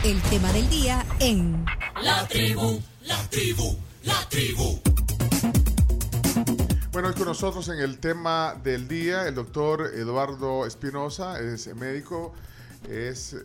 El tema del día en La Tribu, La Tribu, La Tribu. Bueno, hoy con nosotros en el tema del día el doctor Eduardo Espinosa, es médico, es,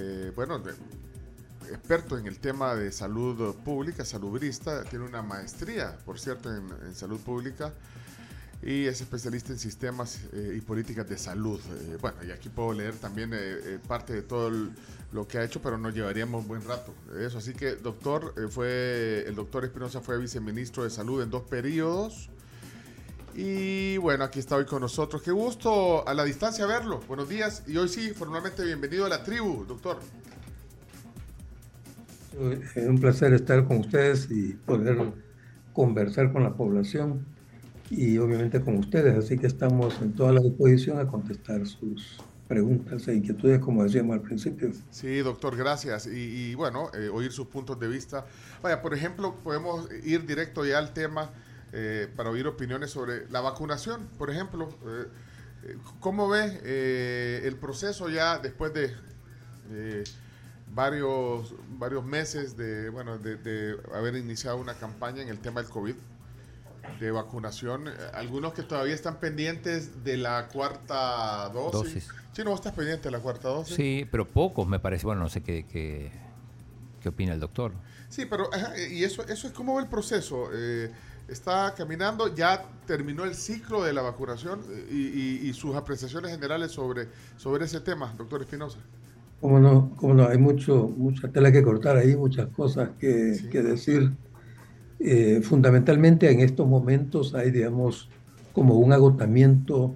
experto en el tema de salud pública, salubrista, tiene una maestría, por cierto, en salud pública y es especialista en sistemas y políticas de salud. Y aquí puedo leer también parte de todo lo que ha hecho, pero nos llevaríamos un buen rato de eso. Así que, doctor, el doctor Espinosa fue viceministro de salud en 2 periodos. Y bueno, aquí está hoy con nosotros. Qué gusto a la distancia verlo. Buenos días. Y hoy sí, formalmente bienvenido a La Tribu, doctor. Es un placer estar con ustedes y poder conversar con la población y obviamente con ustedes. Así que estamos en toda la disposición a contestar sus preguntas e inquietudes, como decíamos al principio. Sí, doctor, gracias. Y oír sus puntos de vista. Vaya, por ejemplo, podemos ir directo ya al tema para oír opiniones sobre la vacunación, por ejemplo. ¿Cómo ve el proceso ya después de varios meses de haber iniciado una campaña en el tema del COVID, de vacunación? Algunos que todavía están pendientes de la 4ª dosis. Sí, no, estás pendiente de la 4ª dosis. Sí, pero pocos me parece. Bueno, no sé qué opina el doctor. Sí, pero y eso es cómo ve el proceso. Está caminando, ya terminó el ciclo de la vacunación y sus apreciaciones generales sobre ese tema, doctor Espinosa. Cómo no, hay mucha tela que cortar ahí, muchas cosas que decir. Fundamentalmente en estos momentos hay, digamos, como un agotamiento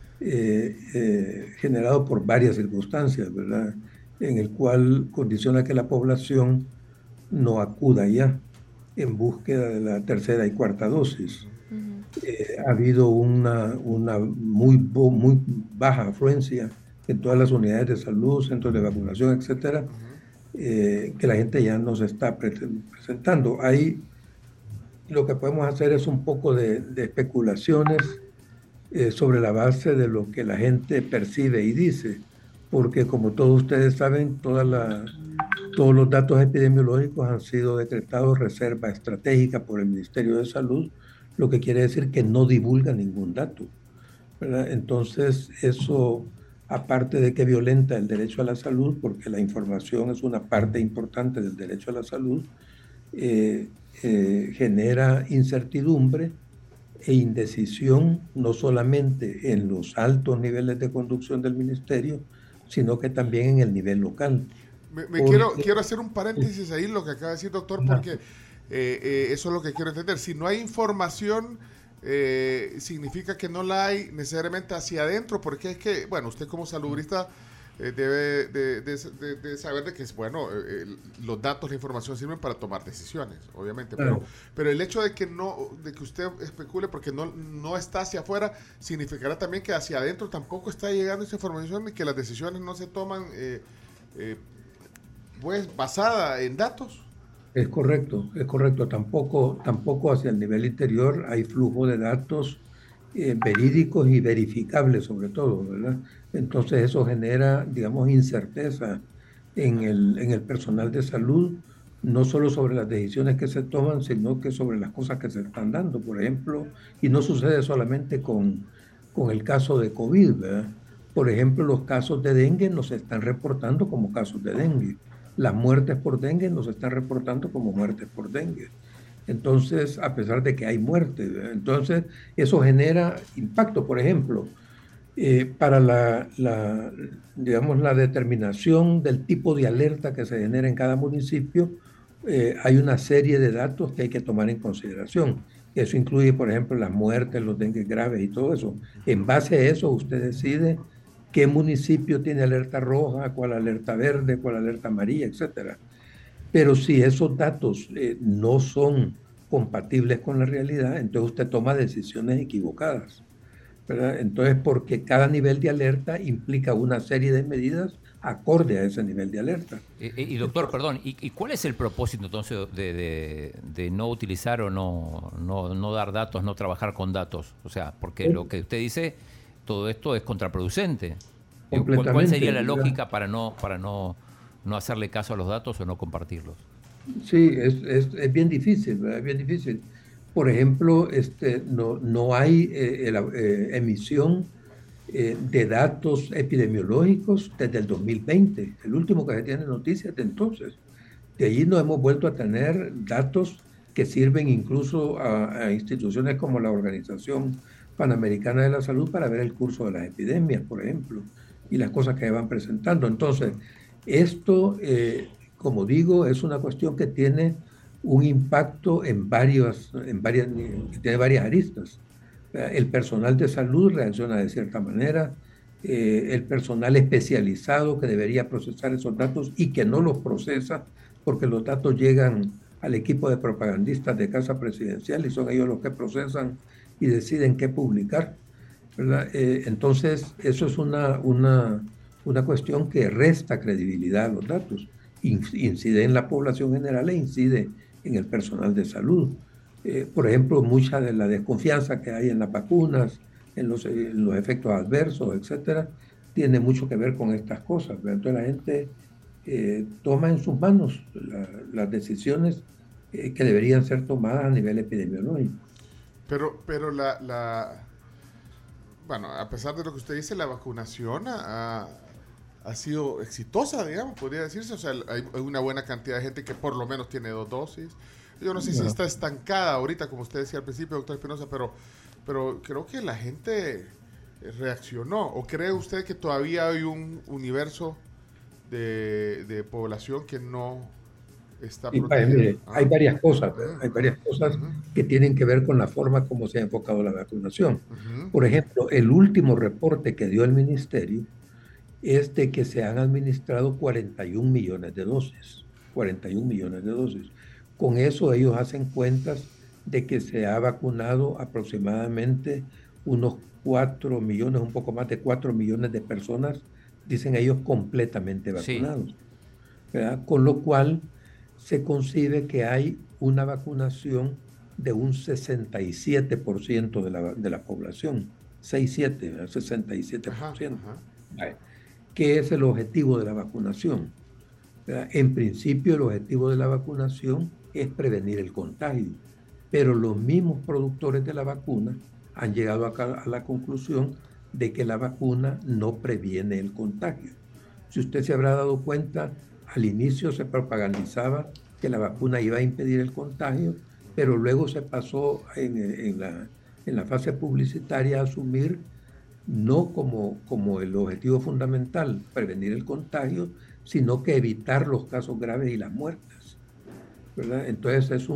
generado por varias circunstancias, ¿verdad? En el cual condiciona que la población no acuda ya en búsqueda de la 3ª y 4ª dosis. Ha habido una muy baja afluencia en todas las unidades de salud, centros de vacunación, etcétera, que la gente ya no se está presentando. Ahí lo que podemos hacer es un poco de especulaciones sobre la base de lo que la gente percibe y dice, porque como todos ustedes saben, todos los datos epidemiológicos han sido decretados reserva estratégica por el Ministerio de Salud, lo que quiere decir que no divulga ningún dato, ¿verdad? Entonces, eso, aparte de que violenta el derecho a la salud, porque la información es una parte importante del derecho a la salud, genera incertidumbre e indecisión, no solamente en los altos niveles de conducción del ministerio, sino que también en el nivel local. Quiero hacer un paréntesis ahí, lo que acaba de decir, doctor, porque eso es lo que quiero entender. Si no hay información, significa que no la hay necesariamente hacia adentro, porque es que, bueno, usted como salubrista debe de saber de que los datos, la información sirven para tomar decisiones, obviamente, pero el hecho de que usted especule porque no está hacia afuera, significará también que hacia adentro tampoco está llegando esa información y que las decisiones no se toman basada en datos. Es correcto. Tampoco hacia el nivel interior hay flujo de datos verídicos y verificables sobre todo, ¿verdad? Entonces eso genera, digamos, incerteza en el personal de salud, no solo sobre las decisiones que se toman, sino que sobre las cosas que se están dando, por ejemplo, y no sucede solamente con el caso de COVID, ¿verdad? Por ejemplo, los casos de dengue no se están reportando como casos de dengue. Las muertes por dengue no se están reportando como muertes por dengue. Entonces, a pesar de que hay muertes, ¿verdad? Entonces, eso genera impacto. Por ejemplo, para la determinación del tipo de alerta que se genera en cada municipio, hay una serie de datos que hay que tomar en consideración. Eso incluye, por ejemplo, las muertes, los dengues graves y todo eso. En base a eso, usted decide qué municipio tiene alerta roja, cuál alerta verde, cuál alerta amarilla, etcétera. Pero si esos datos no son compatibles con la realidad, entonces usted toma decisiones equivocadas, ¿verdad? Entonces, porque cada nivel de alerta implica una serie de medidas acorde a ese nivel de alerta. Y doctor, perdón, ¿y cuál es el propósito entonces de no utilizar o no dar datos, no trabajar con datos? O sea, porque lo que usted dice, todo esto es contraproducente. ¿Cuál sería la lógica para no no hacerle caso a los datos o no compartirlos. Sí, es bien difícil, ¿verdad? Es bien difícil. Por ejemplo, no hay emisión de datos epidemiológicos desde el 2020, el último que se tiene noticias de entonces. De allí no hemos vuelto a tener datos que sirven incluso a instituciones como la Organización Panamericana de la Salud para ver el curso de las epidemias, por ejemplo, y las cosas que van presentando. Entonces, esto, como digo, es una cuestión que tiene un impacto que tiene varias aristas. El personal de salud reacciona de cierta manera, el personal especializado que debería procesar esos datos y que no los procesa porque los datos llegan al equipo de propagandistas de Casa Presidencial y son ellos los que procesan y deciden qué publicar, ¿verdad? Entonces, eso es una cuestión que resta credibilidad a los datos. Incide en la población general e incide en el personal de salud. Por ejemplo, mucha de la desconfianza que hay en las vacunas, en los efectos adversos, etcétera, tiene mucho que ver con estas cosas, ¿verdad? Entonces la gente toma en sus manos las decisiones que deberían ser tomadas a nivel epidemiológico. Pero bueno, a pesar de lo que usted dice, la vacunación ha sido exitosa, digamos, podría decirse. O sea, hay una buena cantidad de gente que por lo menos tiene 2 dosis. Yo no sé si está estancada ahorita, como usted decía al principio, doctor Espinosa, pero creo que la gente reaccionó. ¿O cree usted que todavía hay un universo de población que no está protegida? Hay varias cosas, ¿verdad? Hay varias cosas que tienen que ver con la forma como se ha enfocado la vacunación. Por ejemplo, el último reporte que dio el ministerio es de que se han administrado 41 millones de dosis. 41 millones de dosis. Con eso ellos hacen cuentas de que se ha vacunado aproximadamente unos 4 millones, un poco más de 4 millones de personas, dicen ellos, completamente vacunados. Sí. Con lo cual se concibe que hay una vacunación de un 67% de la población. 67%. Ajá. ¿Qué es el objetivo de la vacunación? En principio, el objetivo de la vacunación es prevenir el contagio, pero los mismos productores de la vacuna han llegado a la conclusión de que la vacuna no previene el contagio. Si usted se habrá dado cuenta, al inicio se propagandizaba que la vacuna iba a impedir el contagio, pero luego se pasó en la fase publicitaria a asumir no como el objetivo fundamental, prevenir el contagio, sino que evitar los casos graves y las muertes, ¿verdad? Entonces es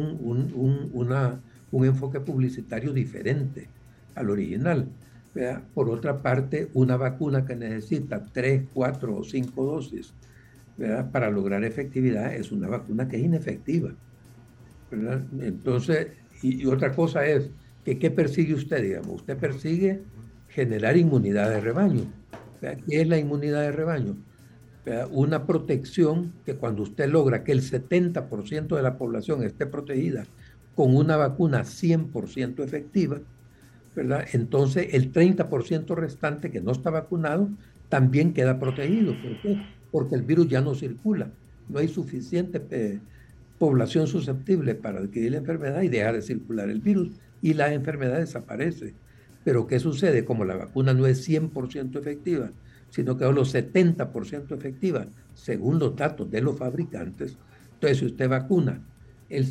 un enfoque publicitario diferente al original, ¿verdad? Por otra parte, una vacuna que necesita 3, 4 o 5 dosis, ¿verdad?, para lograr efectividad es una vacuna que es inefectiva, ¿verdad? Entonces, y otra cosa es que ¿qué persigue usted? Digamos, usted persigue generar inmunidad de rebaño. ¿Verdad? ¿Qué es la inmunidad de rebaño? ¿Verdad? Una protección que cuando usted logra que el 70% de la población esté protegida con una vacuna 100% efectiva, ¿verdad?, entonces el 30% restante que no está vacunado también queda protegido. ¿Por qué? Porque el virus ya no circula. No hay suficiente población susceptible para adquirir la enfermedad y deja de circular el virus y la enfermedad desaparece. Pero ¿qué sucede? Como la vacuna no es 100% efectiva, sino que es solo 70% efectiva, según los datos de los fabricantes, entonces si usted vacuna el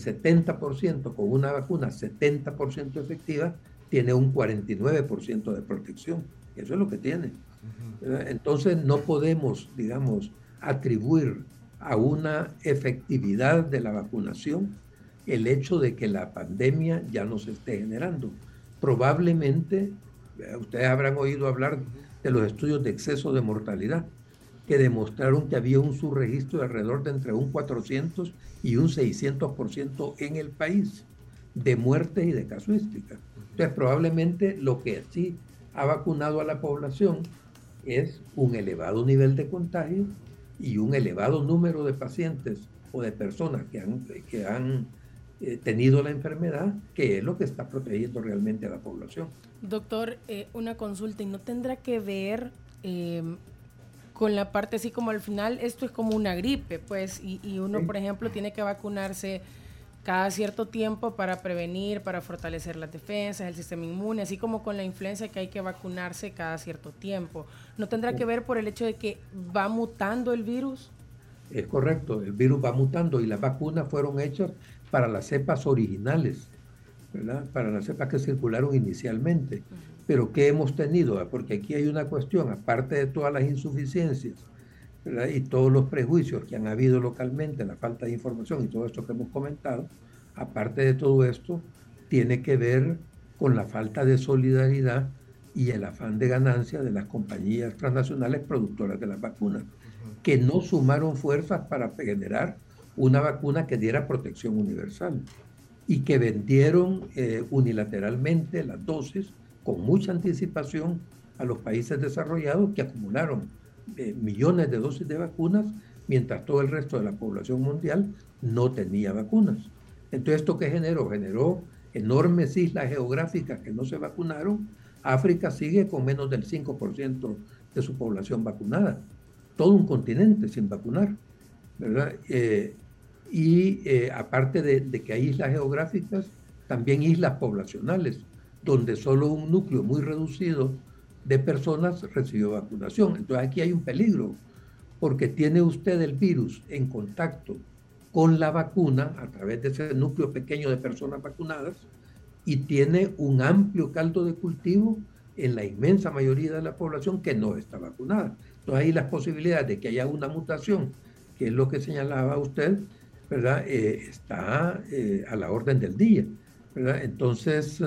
70% con una vacuna 70% efectiva, tiene un 49% de protección. Eso es lo que tiene. Entonces no podemos, digamos, atribuir a una efectividad de la vacunación el hecho de que la pandemia ya no se esté generando. Probablemente, ustedes habrán oído hablar de los estudios de exceso de mortalidad, que demostraron que había un subregistro de alrededor de entre un 400 y un 600% en el país de muertes y de casuística. Entonces, probablemente lo que sí ha vacunado a la población es un elevado nivel de contagio y un elevado número de pacientes o de personas que han tenido la enfermedad, que es lo que está protegiendo realmente a la población. Doctor, una consulta, ¿y no tendrá que ver con la parte así como al final esto es como una gripe, pues, y uno, por ejemplo, tiene que vacunarse cada cierto tiempo para prevenir, para fortalecer las defensas, el sistema inmune, así como con la influenza que hay que vacunarse cada cierto tiempo. ¿No tendrá que ver por el hecho de que va mutando el virus? Es correcto, el virus va mutando y las vacunas fueron hechas para las cepas originales, ¿verdad? Para las cepas que circularon inicialmente. Pero ¿qué hemos tenido? Porque aquí hay una cuestión, aparte de todas las insuficiencias, ¿verdad? Y todos los prejuicios que han habido localmente, la falta de información y todo esto que hemos comentado, aparte de todo esto, tiene que ver con la falta de solidaridad y el afán de ganancia de las compañías transnacionales productoras de las vacunas, que no sumaron fuerzas para generar una vacuna que diera protección universal y que vendieron unilateralmente las dosis con mucha anticipación a los países desarrollados, que acumularon millones de dosis de vacunas, mientras todo el resto de la población mundial no tenía vacunas. Entonces, ¿esto qué generó? Generó enormes islas geográficas que no se vacunaron. África sigue con menos del 5% de su población vacunada. Todo un continente sin vacunar, ¿verdad? Aparte de que hay islas geográficas, también islas poblacionales, donde solo un núcleo muy reducido de personas recibió vacunación. Entonces aquí hay un peligro, porque tiene usted el virus en contacto con la vacuna a través de ese núcleo pequeño de personas vacunadas y tiene un amplio caldo de cultivo en la inmensa mayoría de la población que no está vacunada. Entonces ahí las posibilidades de que haya una mutación, que es lo que señalaba usted, ¿verdad? Está a la orden del día, ¿verdad? Entonces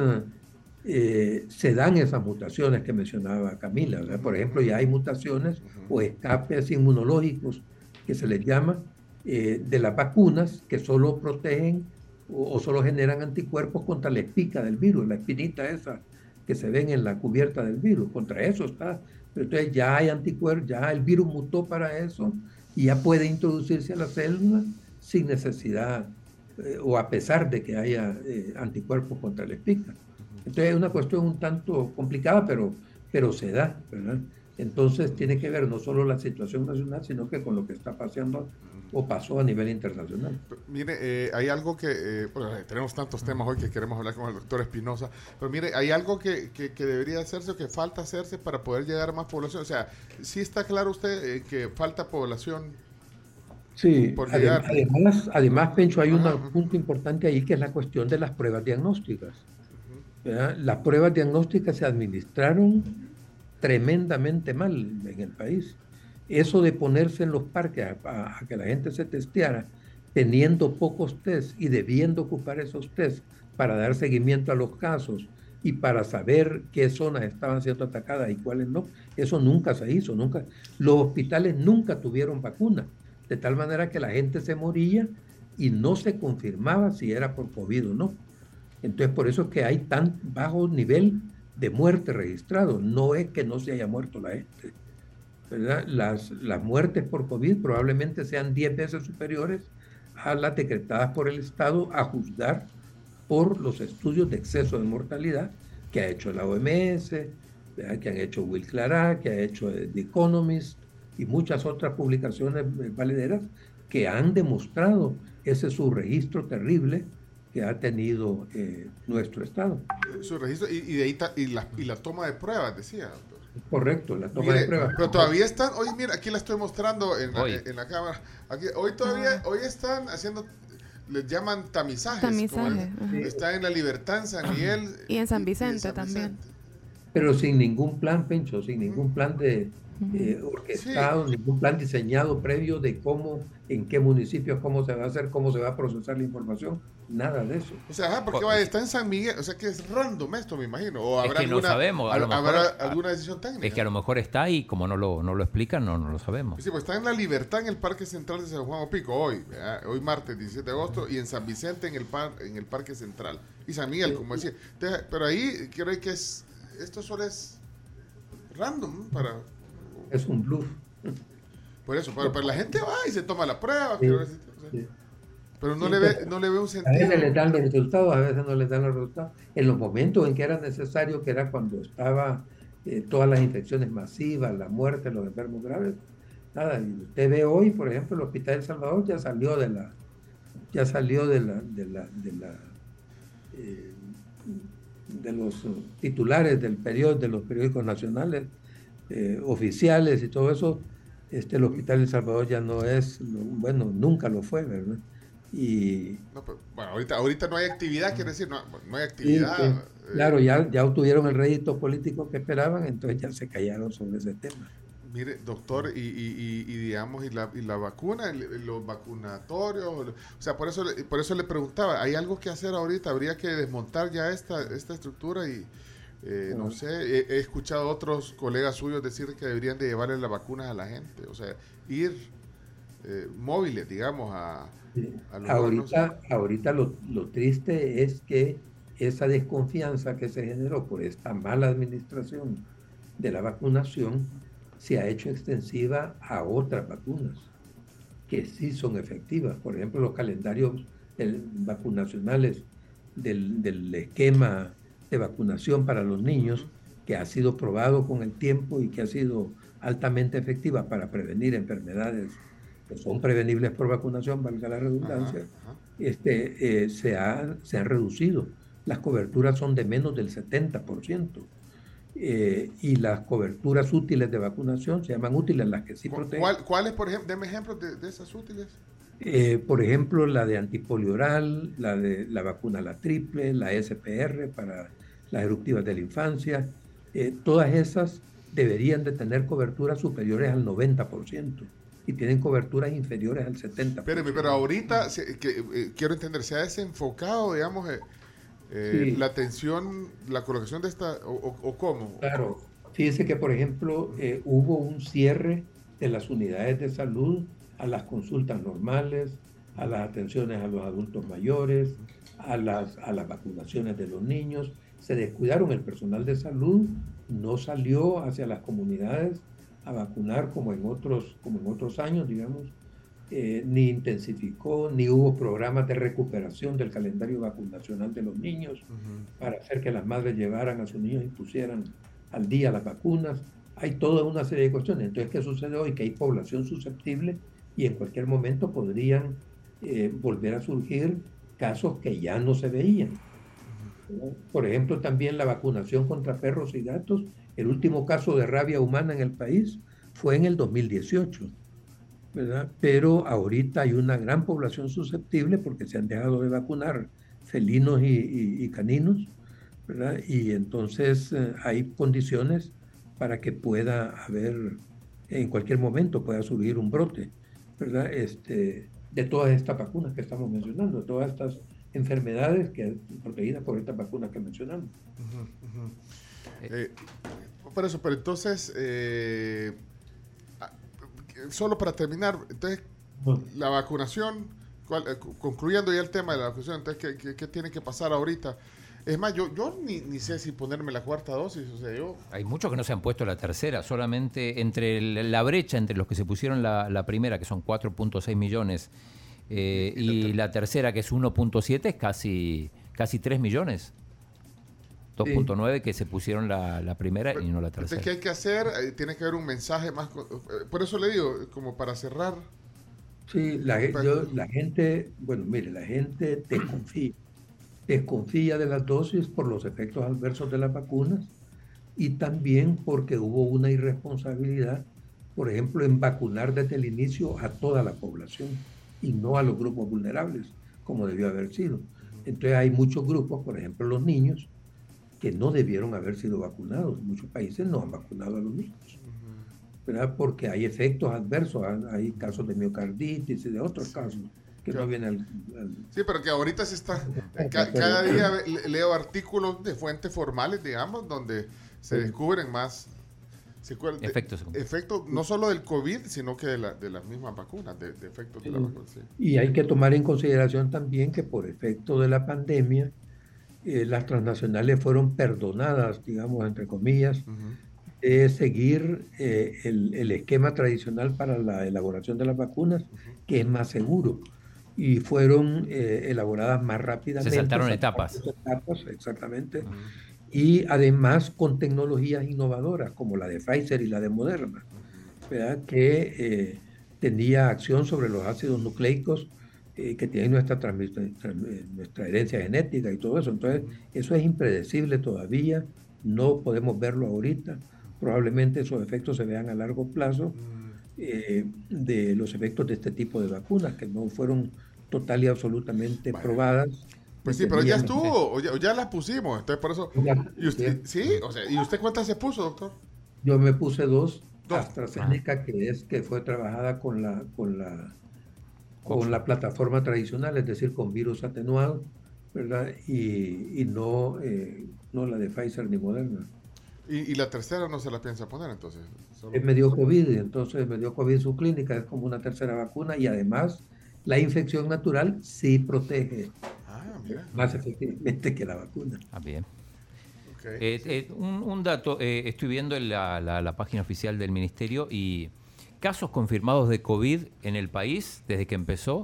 se dan esas mutaciones que mencionaba Camila, ¿verdad? Por ejemplo, ya hay mutaciones o escapes inmunológicos que se les llama de las vacunas que solo protegen o solo generan anticuerpos contra la espica del virus, la espinita esa que se ven en la cubierta del virus. Contra eso está. Pero entonces ya hay anticuerpos, ya el virus mutó para eso y ya puede introducirse a la célula sin necesidad o a pesar de que haya anticuerpos contra la espica. Entonces es una cuestión un tanto complicada, pero se da, ¿verdad? Entonces tiene que ver no solo la situación nacional, sino que con lo que está pasando o pasó a nivel internacional. Mire, hay algo que, bueno, tenemos tantos temas hoy que queremos hablar con el doctor Espinosa, pero mire, hay algo que debería hacerse o que falta hacerse para poder llegar a más población. O sea, ¿sí está claro usted que falta población? Sí, además, Pencho, hay un punto importante ahí que es la cuestión de las pruebas diagnósticas. ¿Verdad? Las pruebas diagnósticas se administraron tremendamente mal en el país. Eso de ponerse en los parques a que la gente se testeara, teniendo pocos test y debiendo ocupar esos test para dar seguimiento a los casos y para saber qué zonas estaban siendo atacadas y cuáles no, eso nunca se hizo, nunca. Los hospitales nunca tuvieron vacuna, de tal manera que la gente se moría y no se confirmaba si era por COVID o no. Entonces, por eso es que hay tan bajo nivel de muerte registrado. No es que no se haya muerto la gente, ¿verdad? Las muertes por COVID probablemente sean 10 veces superiores a las decretadas por el Estado, a juzgar por los estudios de exceso de mortalidad que ha hecho la OMS, ¿verdad? Que han hecho Will Clará, que ha hecho The Economist y muchas otras publicaciones valederas que han demostrado ese subregistro terrible que ha tenido nuestro Estado. Su registro y de ahí y la toma de pruebas, decía, doctor. Correcto, la toma de pruebas. Pero todavía están, hoy mira, aquí la estoy mostrando en la cámara. Aquí, hoy están haciendo, les llaman tamizajes. Está en La Libertad, en San Miguel. Y en San Vicente también. Pero sin ningún plan, Pencho, sin ningún plan de orquestado, ningún plan diseñado previo de cómo, en qué municipios, cómo se va a hacer, cómo se va a procesar la información, nada de eso. O sea, porque está en San Miguel, o sea que es random esto, me imagino. O habrá es que no sabemos, habrá alguna decisión técnica. Es que a lo mejor está ahí, como no lo explican, no lo sabemos. Sí, pues está en La Libertad, en el Parque Central de San Juan Opico, hoy martes 17 de agosto, y en San Vicente, en el Parque Central. Y San Miguel, como decía. Pero ahí creo que esto solo es random, es un bluff. Por eso, pero la gente va y se toma la prueba. Sí. Pero no le ve un sentido. A veces les dan los resultados, a veces no les dan los resultados. En los momentos en que era necesario, que era cuando estaba todas las infecciones masivas, la muerte, los enfermos graves, nada. Y usted ve hoy, por ejemplo, el Hospital El Salvador ya salió de los titulares de los periódicos nacionales, oficiales y todo eso. El Hospital El Salvador ya no es, bueno, nunca lo fue, ¿verdad? Y no, pero, bueno, ahorita no hay actividad, quiere decir, no hay actividad. Claro, ya obtuvieron el rédito político que esperaban, entonces ya se callaron sobre ese tema. Mire, doctor, y digamos, y la vacuna, los vacunatorios, o sea, por eso le preguntaba, ¿hay algo que hacer ahorita? ¿Habría que desmontar ya esta estructura? Y no sé, he escuchado a otros colegas suyos decir que deberían de llevarle las vacunas a la gente, o sea, ir móviles, digamos, a los ahorita lo triste es que esa desconfianza que se generó por esta mala administración de la vacunación se ha hecho extensiva a otras vacunas que sí son efectivas. Por ejemplo, los calendarios vacunacionales del esquema de vacunación para los niños, que ha sido probado con el tiempo y que ha sido altamente efectiva para prevenir enfermedades que son prevenibles por vacunación, valga la redundancia, se han reducido. Las coberturas son de menos del 70%. Y las coberturas útiles de vacunación se llaman útiles, las que sí protegen. ¿Cuáles, por ejemplo? Deme ejemplos de esas útiles. Por ejemplo, la de antipolio oral, la vacuna la triple, la SPR para las eruptivas de la infancia. Todas esas deberían de tener coberturas superiores al 90% y tienen coberturas inferiores al 70%. Pero ahorita, quiero entender, ¿se ha desenfocado, digamos, sí, la atención, la colocación de esta, o cómo? Claro, fíjese que, por ejemplo, hubo un cierre de las unidades de salud a las consultas normales, a las atenciones a los adultos mayores, a las vacunaciones de los niños. Se descuidaron, el personal de salud no salió hacia las comunidades a vacunar como en otros años, digamos, ni intensificó, ni hubo programas de recuperación del calendario vacunacional de los niños para hacer que las madres llevaran a sus niños y pusieran al día las vacunas. Hay toda una serie de cuestiones. Entonces, ¿qué sucede hoy? Que hay población susceptible y en cualquier momento podrían volver a surgir casos que ya no se veían. Por ejemplo, también la vacunación contra perros y gatos. El último caso de rabia humana en el país fue en el 2018, ¿verdad? Pero ahorita hay una gran población susceptible porque se han dejado de vacunar felinos y caninos, ¿verdad? Y entonces hay condiciones para que pueda haber, en cualquier momento pueda surgir un brote, ¿verdad? De todas estas vacunas que estamos mencionando, de todas estas enfermedades protegidas por estas vacunas que mencionamos. Pero entonces, solo para terminar, entonces, la vacunación, concluyendo ya el tema de la vacunación, entonces, ¿qué tiene que pasar ahorita? Es más, yo ni sé si ponerme la cuarta dosis, o sea, Hay muchos que no se han puesto la tercera, solamente entre la brecha entre los que se pusieron la primera, que son 4.6 millones, y la tercera, que es 1.7, es casi 3 millones. 2.9 que se pusieron la primera y no la tercera. Entonces, ¿qué hay que hacer? Tiene que haber un mensaje más. Por eso le digo, como para cerrar. Sí, la gente, bueno, mire, la gente desconfía de las dosis por los efectos adversos de las vacunas y también porque hubo una irresponsabilidad, por ejemplo, en vacunar desde el inicio a toda la población y no a los grupos vulnerables, como debió haber sido. Entonces hay muchos grupos, por ejemplo, los niños, que no debieron haber sido vacunados. Muchos países no han vacunado a los niños, ¿verdad? Porque hay efectos adversos, hay casos de miocarditis y de otros casos que no vienen Sí, pero que ahorita se está... cada día leo artículos de fuentes formales, digamos, donde se descubren más efectos, no solo del COVID, sino que de las mismas vacunas, de efectos de la vacuna. Sí. Y hay que tomar en consideración también que por efecto de la pandemia, las transnacionales fueron perdonadas, digamos, entre comillas, de seguir el esquema tradicional para la elaboración de las vacunas, que es más seguro, y fueron elaboradas más rápidamente. Se saltaron etapas. Exactamente. Y además con tecnologías innovadoras, como la de Pfizer y la de Moderna. ¿verdad? Que tenía acción sobre los ácidos nucleicos que tienen nuestra herencia genética y todo eso. Entonces, eso es impredecible todavía, no podemos verlo ahorita. Probablemente esos efectos se vean a largo plazo de los efectos de este tipo de vacunas, que no fueron total y absolutamente probadas. Pues sí, pero ya estuvo, o ya las pusimos, entonces por eso... ¿Y usted, sí? O sea, ¿y usted cuántas se puso, doctor? Yo me puse dos. AstraZeneca, que fue trabajada con la plataforma tradicional, es decir, con virus atenuado, ¿verdad? Y no la de Pfizer ni Moderna. ¿Y la tercera no se la piensa poner entonces? Me dio COVID, entonces me dio COVID subclínica, es como una tercera vacuna, y además la infección natural sí protege más efectivamente que la vacuna. Bien. Un dato, estoy viendo en la página oficial del Ministerio y casos confirmados de COVID en el país desde que empezó,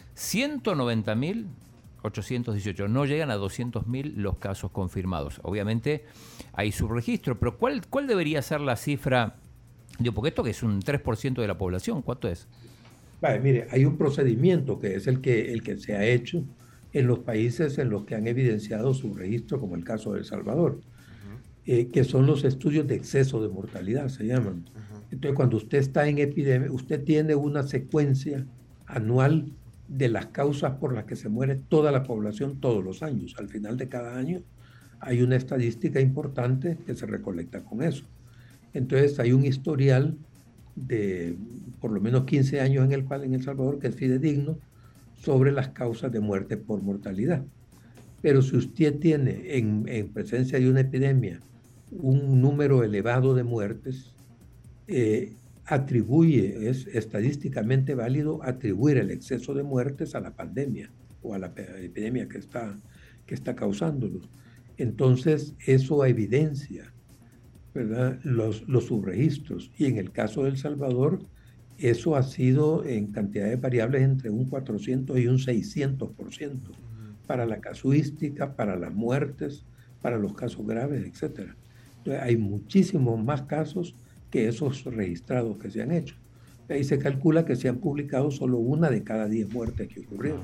190.818, no llegan a 200.000 los casos confirmados. Obviamente hay subregistro, pero ¿cuál debería ser la cifra? Porque esto que es un 3% de la población, ¿cuánto es? Vale, mire, hay un procedimiento que es el que se ha hecho en los países en los que han evidenciado subregistro, como el caso de El Salvador, que son los estudios de exceso de mortalidad, se llaman. Entonces, cuando usted está en epidemia, usted tiene una secuencia anual de las causas por las que se muere toda la población todos los años. Al final de cada año hay una estadística importante que se recolecta con eso. Entonces, hay un historial de por lo menos 15 años en El Salvador que es fidedigno sobre las causas de muerte por mortalidad. Pero si usted tiene en presencia de una epidemia un número elevado de muertes, es estadísticamente válido atribuir el exceso de muertes a la pandemia o a la epidemia que está causándolos. Entonces, eso evidencia, ¿verdad?, los subregistros. Y en el caso de El Salvador, eso ha sido en cantidades variables entre un 400 y un 600% para la casuística, para las muertes, para los casos graves, etc. Entonces, hay muchísimos más casos que esos registrados que se han hecho. Ahí se calcula que se han publicado solo 1 de cada 10 muertes que ocurrieron.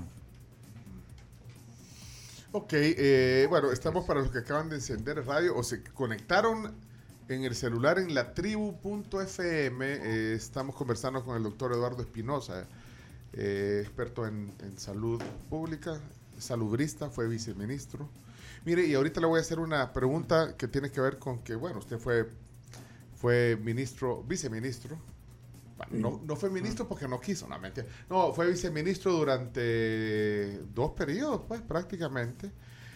Ok, bueno, estamos para los que acaban de encender el radio o se conectaron en el celular en latribu.fm. Estamos conversando con el doctor Eduardo Espinosa, experto en salud pública, salubrista, fue viceministro. Mire, y ahorita le voy a hacer una pregunta que tiene que ver con que, bueno, usted fue viceministro. Bueno, no fue ministro porque no quiso, no, mentira. No, fue viceministro durante 2 periodos, pues, prácticamente.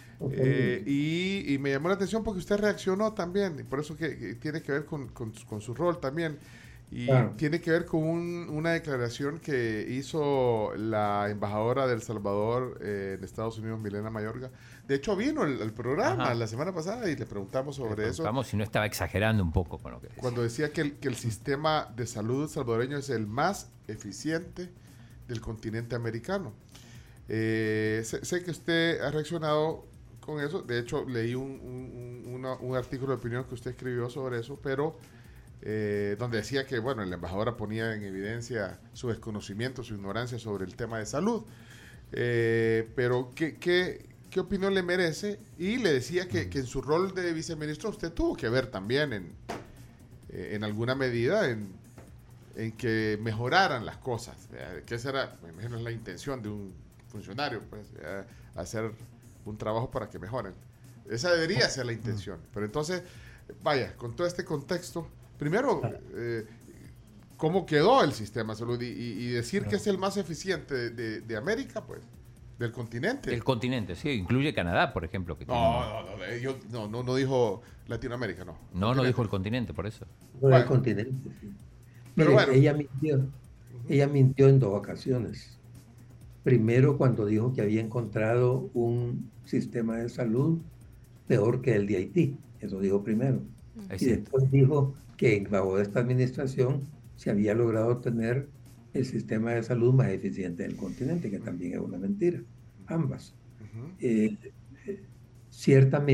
Y me llamó la atención porque usted reaccionó también, y por eso que tiene que ver con su rol también. Y tiene que ver con una declaración que hizo la embajadora de El Salvador en Estados Unidos, Milena Mayorga. De hecho, vino al programa la semana pasada y le preguntamos sobre eso. Vamos, si no estaba exagerando un poco con lo que decía. Cuando decía que el sistema de salud salvadoreño es el más eficiente del continente americano. Sé que usted ha reaccionado con eso. De hecho, leí un artículo de opinión que usted escribió sobre eso, pero donde decía que, bueno, la embajadora ponía en evidencia su desconocimiento, su ignorancia sobre el tema de salud. Pero, ¿qué opinión le merece? Y le decía que en su rol de viceministro usted tuvo que ver también en alguna medida en que mejoraran las cosas. Que esa era, me imagino, es la intención de un funcionario, pues, hacer un trabajo para que mejoren. Esa debería ser la intención. Pero entonces, vaya, con todo este contexto, primero, ¿cómo quedó el sistema de salud? Y decir que es el más eficiente de América, pues, del continente. El continente, sí, incluye Canadá, por ejemplo. Que no dijo Latinoamérica, no. No dijo el continente, por eso. No, el continente, sí. Mire, bueno, ella mintió en 2 ocasiones. Primero, cuando dijo que había encontrado un sistema de salud peor que el de Haití. Eso dijo primero. Y después dijo que bajo esta administración se había logrado tener el sistema de salud más eficiente del continente, que también es una mentira. Ambas.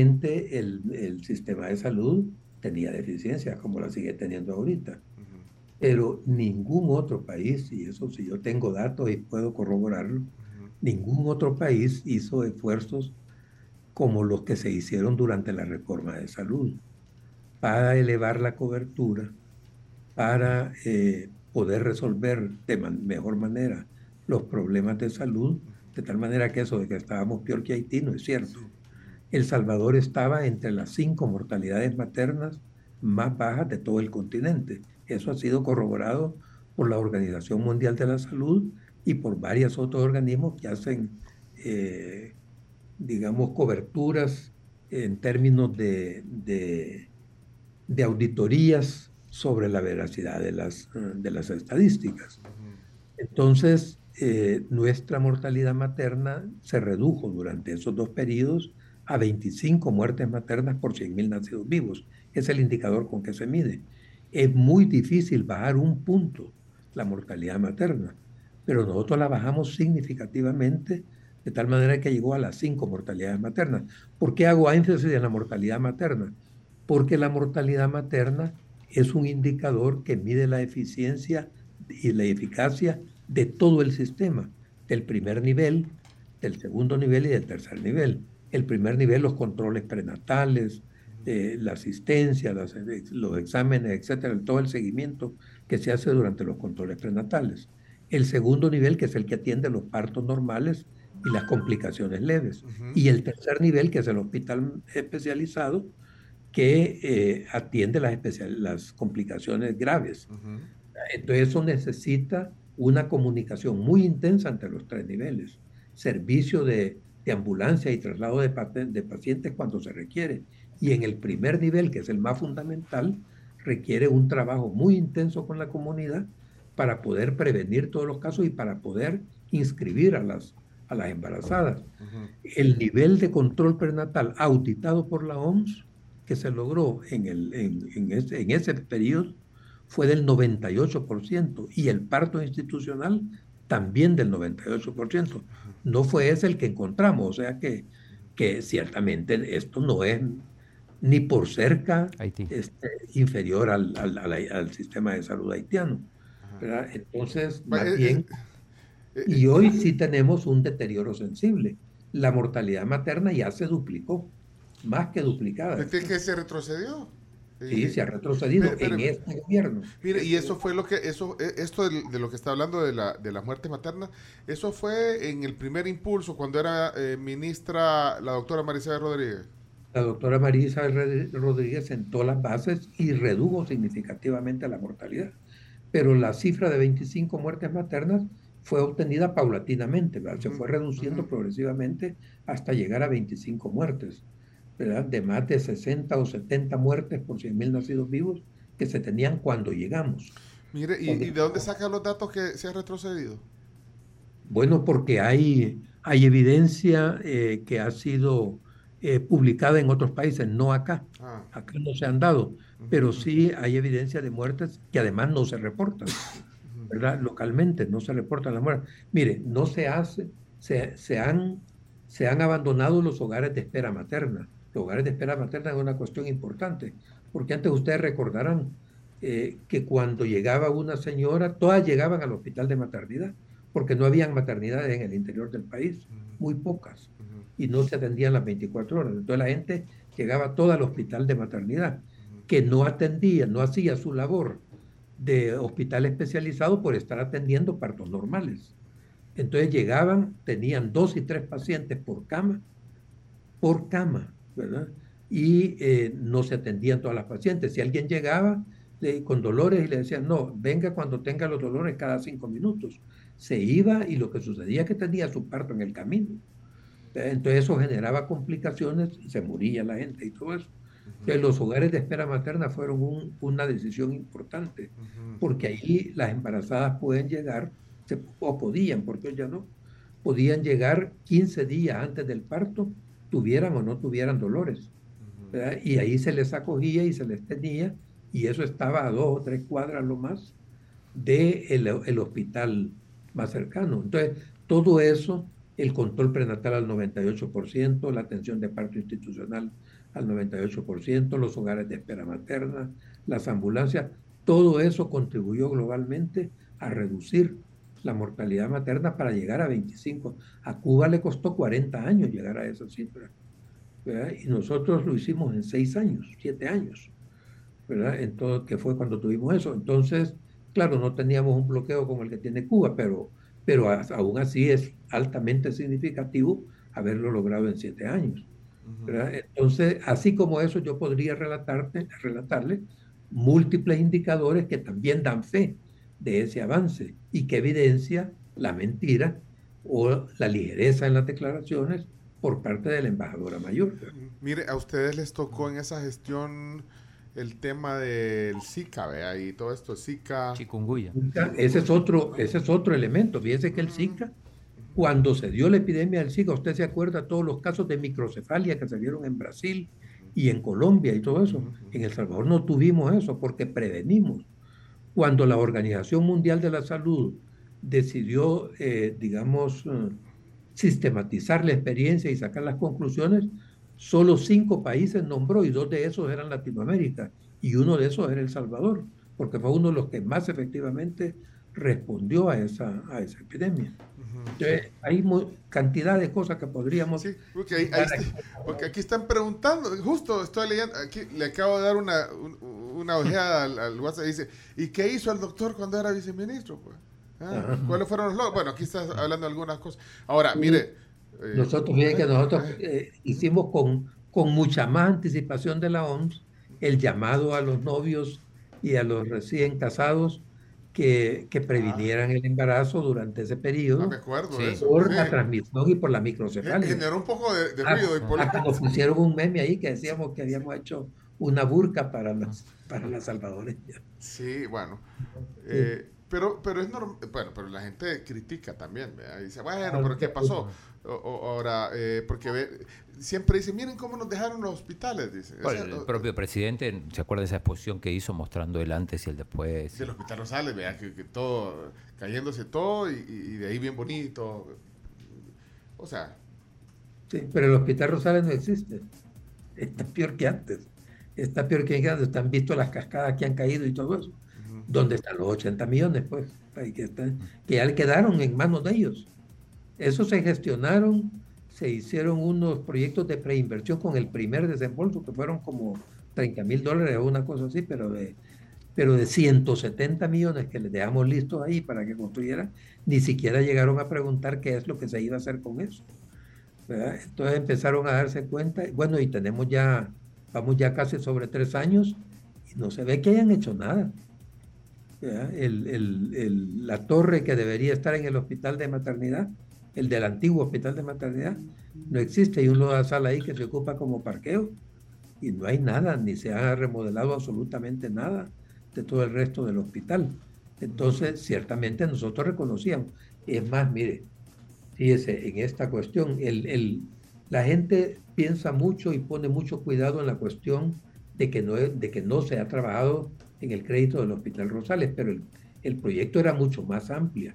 Ciertamente el sistema de salud tenía deficiencias, como la sigue teniendo ahorita. pero ningún otro país, y eso sí yo tengo datos y puedo corroborarlo, ningún otro país hizo esfuerzos como los que se hicieron durante la reforma de salud para elevar la cobertura, para poder resolver de mejor manera los problemas de salud, de tal manera que eso de que estábamos peor que Haití no es cierto. El Salvador estaba entre las 5 mortalidades maternas más bajas de todo el continente. Eso ha sido corroborado por la Organización Mundial de la Salud y por varios otros organismos que hacen, digamos, coberturas en términos de auditorías sobre la veracidad de las estadísticas. Entonces, nuestra mortalidad materna se redujo durante esos 2 periodos a 25 muertes maternas por 100.000 nacidos vivos. Es el indicador con que se mide. Es muy difícil bajar un punto la mortalidad materna, pero nosotros la bajamos significativamente de tal manera que llegó a las 5 mortalidades maternas. ¿Por qué hago énfasis en la mortalidad materna? Porque la mortalidad materna es un indicador que mide la eficiencia y la eficacia de todo el sistema, del primer nivel, del segundo nivel y del tercer nivel. El primer nivel, los controles prenatales, la asistencia, los exámenes, etcétera, todo el seguimiento que se hace durante los controles prenatales. El segundo nivel, que es el que atiende los partos normales y las complicaciones leves. Y el tercer nivel, que es el hospital especializado, que atiende las complicaciones graves. Entonces eso necesita una comunicación muy intensa entre los 3 niveles. Servicio de ambulancia y traslado de pacientes cuando se requiere. Y en el primer nivel, que es el más fundamental, requiere un trabajo muy intenso con la comunidad para poder prevenir todos los casos y para poder inscribir a las embarazadas. El nivel de control prenatal auditado por la OMS que se logró en ese periodo fue del 98% y el parto institucional también del 98%. No fue ese el que encontramos, o sea que ciertamente esto no es ni por cerca inferior al sistema de salud haitiano, ¿verdad? Entonces, más bien, y hoy sí tenemos un deterioro sensible. La mortalidad materna ya se duplicó, más que duplicada. ¿Es que se retrocedió? Sí, se ha retrocedido en este gobierno. Mire, y eso fue esto de lo que está hablando de la muerte materna, eso fue en el primer impulso, cuando era ministra la doctora María Isabel Rodríguez. La doctora María Isabel Rodríguez sentó las bases y redujo significativamente la mortalidad. Pero la cifra de 25 muertes maternas fue obtenida paulatinamente, ¿verdad? Se fue reduciendo progresivamente hasta llegar a 25 muertes, ¿verdad? De más de 60 o 70 muertes por 100.000 nacidos vivos que se tenían cuando llegamos. Mire, ¿y de dónde sacan los datos que se ha retrocedido? Bueno, porque hay evidencia que ha sido publicada en otros países, no acá. Acá no se han dado, pero sí hay evidencia de muertes que además no se reportan, ¿verdad? Localmente no se reportan las muertes. Mire, no se hace, se han abandonado los hogares de espera materna. Los hogares de espera materna es una cuestión importante, porque antes ustedes recordarán que cuando llegaba una señora, todas llegaban al hospital de maternidad, porque no habían maternidades en el interior del país, muy pocas, y no se atendían las 24 horas. Entonces la gente llegaba toda al hospital de maternidad, que no atendía, no hacía su labor de hospital especializado por estar atendiendo partos normales. Entonces llegaban, tenían 2 y 3 pacientes por cama, ¿verdad? Y no se atendían todas las pacientes. Si alguien llegaba con dolores y le decían, no, venga cuando tenga los dolores cada 5 minutos, se iba y lo que sucedía es que tenía su parto en el camino. Entonces eso generaba complicaciones y se moría la gente y todo eso. Entonces los hogares de espera materna fueron una decisión importante, porque ahí las embarazadas pueden llegar, o podían, porque ya no, podían llegar 15 días antes del parto, tuvieran o no tuvieran dolores, ¿verdad? Y ahí se les acogía y se les tenía, y eso estaba a 2 o 3 cuadras lo más del hospital más cercano. Entonces, todo eso, el control prenatal al 98%, la atención de parto institucional al 98%, los hogares de espera materna, las ambulancias, Todo eso contribuyó globalmente a reducir la mortalidad materna para llegar a 25. A Cuba le costó 40 años llegar a esa cifra, ¿verdad? Y nosotros lo hicimos en 6 años, 7 años, ¿verdad? Entonces, que fue cuando tuvimos eso. Entonces, claro, no teníamos un bloqueo como el que tiene Cuba, pero aún así es altamente significativo haberlo logrado en 7 años, ¿verdad? Entonces, así como eso, yo podría relatarle múltiples indicadores que también dan fe de ese avance y que evidencia la mentira o la ligereza en las declaraciones por parte de la embajadora mayor. Mire, a ustedes les tocó en esa gestión el tema del Zika, ¿vea? Y todo esto, Zika. Chikungunya. Ese es otro elemento. Fíjese que el Zika, cuando se dio la epidemia del Zika, usted se acuerda de todos los casos de microcefalia que se dieron en Brasil y en Colombia y todo eso. En El Salvador no tuvimos eso porque prevenimos. Cuando la Organización Mundial de la Salud decidió, sistematizar la experiencia y sacar las conclusiones, solo 5 países nombró y 2 de esos eran Latinoamérica y uno de esos era El Salvador, porque fue uno de los que más efectivamente respondió a esa epidemia. Entonces, hay cantidad de cosas que podríamos... Sí, porque aquí están preguntando, justo estoy leyendo, aquí le acabo de dar una ojeada al WhatsApp y dice, ¿y qué hizo el doctor cuando era viceministro? Pues? ¿Cuáles fueron los logros? Bueno, aquí está hablando de algunas cosas. Ahora, mire... nosotros hicimos con mucha más anticipación de la OMS el llamado a los novios y a los recién casados que previnieran el embarazo durante ese periodo. Me acuerdo de eso. Por la transmisión y por la microcefalia. Generó un poco de ruido. Nos pusieron un meme ahí que decíamos que habíamos hecho una burka para las salvadoreñas. Sí, bueno. Pero es normal. Bueno, pero la gente critica también, ¿verdad? Y dice, bueno, pero ¿qué pasó? Ahora, porque siempre dice, miren cómo nos dejaron los hospitales, dice. Bueno, el propio presidente, ¿se acuerda de esa exposición que hizo mostrando el antes y el después? Del Hospital Rosales, vea, que todo, cayéndose todo y de ahí bien bonito. O sea. Sí, pero el Hospital Rosales no existe. Está peor que antes. Está peor que antes. Están vistos las cascadas que han caído y todo eso. ¿Dónde están los 80 millones? Pues, ahí que ya quedaron en manos de ellos. Eso se gestionaron, se hicieron unos proyectos de preinversión con el primer desembolso, que fueron como $30,000 o una cosa así, pero de 170 millones que les dejamos listos ahí para que construyeran, ni siquiera llegaron a preguntar qué es lo que se iba a hacer con eso, ¿verdad? Entonces empezaron a darse cuenta, bueno, y vamos ya casi sobre 3 años, y no se ve que hayan hecho nada. La torre que debería estar en el hospital de maternidad, el del antiguo hospital de maternidad, no existe. Hay una sala ahí que se ocupa como parqueo y no hay nada, ni se ha remodelado absolutamente nada de todo el resto del hospital. Entonces, ciertamente nosotros reconocíamos. Es más, mire, fíjese, en esta cuestión, la gente piensa mucho y pone mucho cuidado en la cuestión de que no se ha trabajado en el crédito del Hospital Rosales, pero el proyecto era mucho más amplio.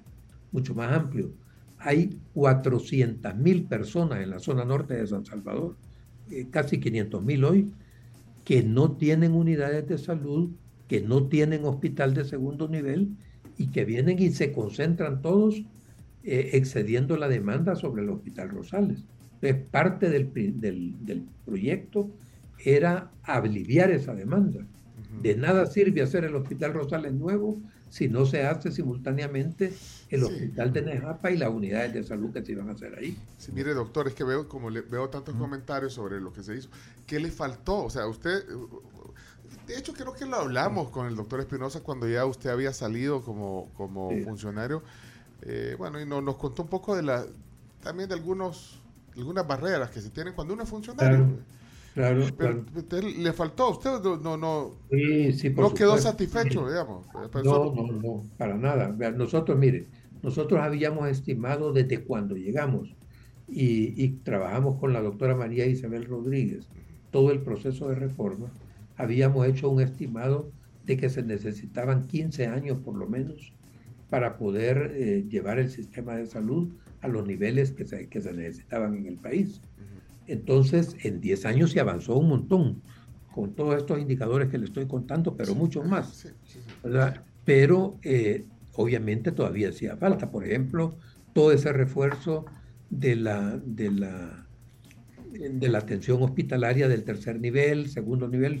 Hay 400,000 personas en la zona norte de San Salvador, casi 500,000 hoy, que no tienen unidades de salud, que no tienen hospital de segundo nivel y que vienen y se concentran todos excediendo la demanda sobre el Hospital Rosales. Entonces, parte del proyecto era aliviar esa demanda. De nada sirve hacer el Hospital Rosales nuevo si no se hace simultáneamente el Hospital de Nejapa y las unidades de salud que se iban a hacer ahí. Sí, mire, doctor, es que veo tantos comentarios sobre lo que se hizo. ¿Qué le faltó? O sea, usted, de hecho creo que lo hablamos con el doctor Espinosa cuando ya usted había salido como funcionario. Bueno, y nos contó un poco también de algunas barreras que se tienen cuando uno es funcionario. Claro. ¿Le faltó a usted? No por quedó supuesto. satisfecho, digamos. No, para nada. Nosotros habíamos estimado desde cuando llegamos y trabajamos con la doctora María Isabel Rodríguez, todo el proceso de reforma, habíamos hecho un estimado de que se necesitaban 15 años por lo menos para poder llevar el sistema de salud a los niveles que se necesitaban en el país. Entonces, en 10 años se avanzó un montón. con todos estos indicadores que le estoy contando, pero muchos más, Sí, sí, sí. ¿verdad? Pero obviamente todavía hacía falta. Por ejemplo, todo ese refuerzo de la atención hospitalaria del tercer nivel, segundo nivel,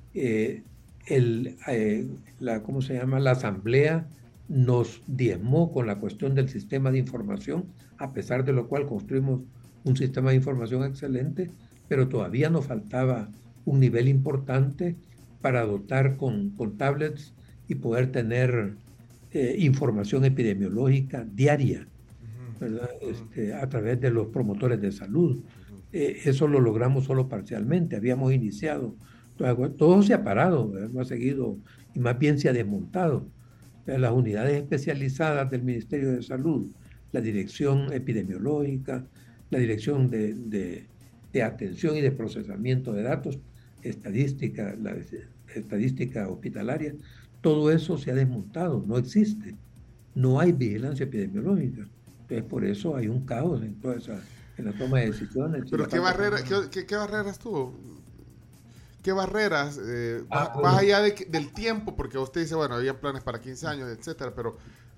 ¿cómo se llama? La asamblea nos diezmó con la cuestión del sistema de información, a pesar de lo cual construimos un sistema de información excelente, pero todavía nos faltaba un nivel importante para dotar con tablets y poder tener información epidemiológica diaria, ¿verdad? A través de los promotores de salud. Eso lo logramos solo parcialmente, habíamos iniciado. Todo se ha parado, ¿verdad? No ha seguido y más bien se ha desmontado. Las unidades especializadas del Ministerio de Salud, la dirección epidemiológica, la dirección de atención y de procesamiento de datos, estadística, la estadística hospitalaria, todo eso se ha desmontado, no existe. No hay vigilancia epidemiológica. Entonces, por eso hay un caos en toda en la toma de decisiones. Pero ¿qué barreras tuvo? ¿Qué barreras, más allá del tiempo? Porque usted dice, bueno, había planes para 15 años, etcétera, pero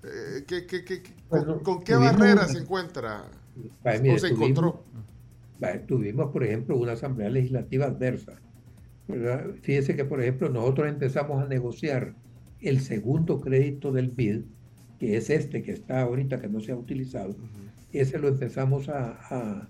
¿con qué barreras se encuentra o se encontró? Tuvimos, por ejemplo, una asamblea legislativa adversa, ¿verdad? Fíjese que, por ejemplo, nosotros empezamos a negociar el segundo crédito del BID, que es este que está ahorita, que no se ha utilizado. Ese lo empezamos a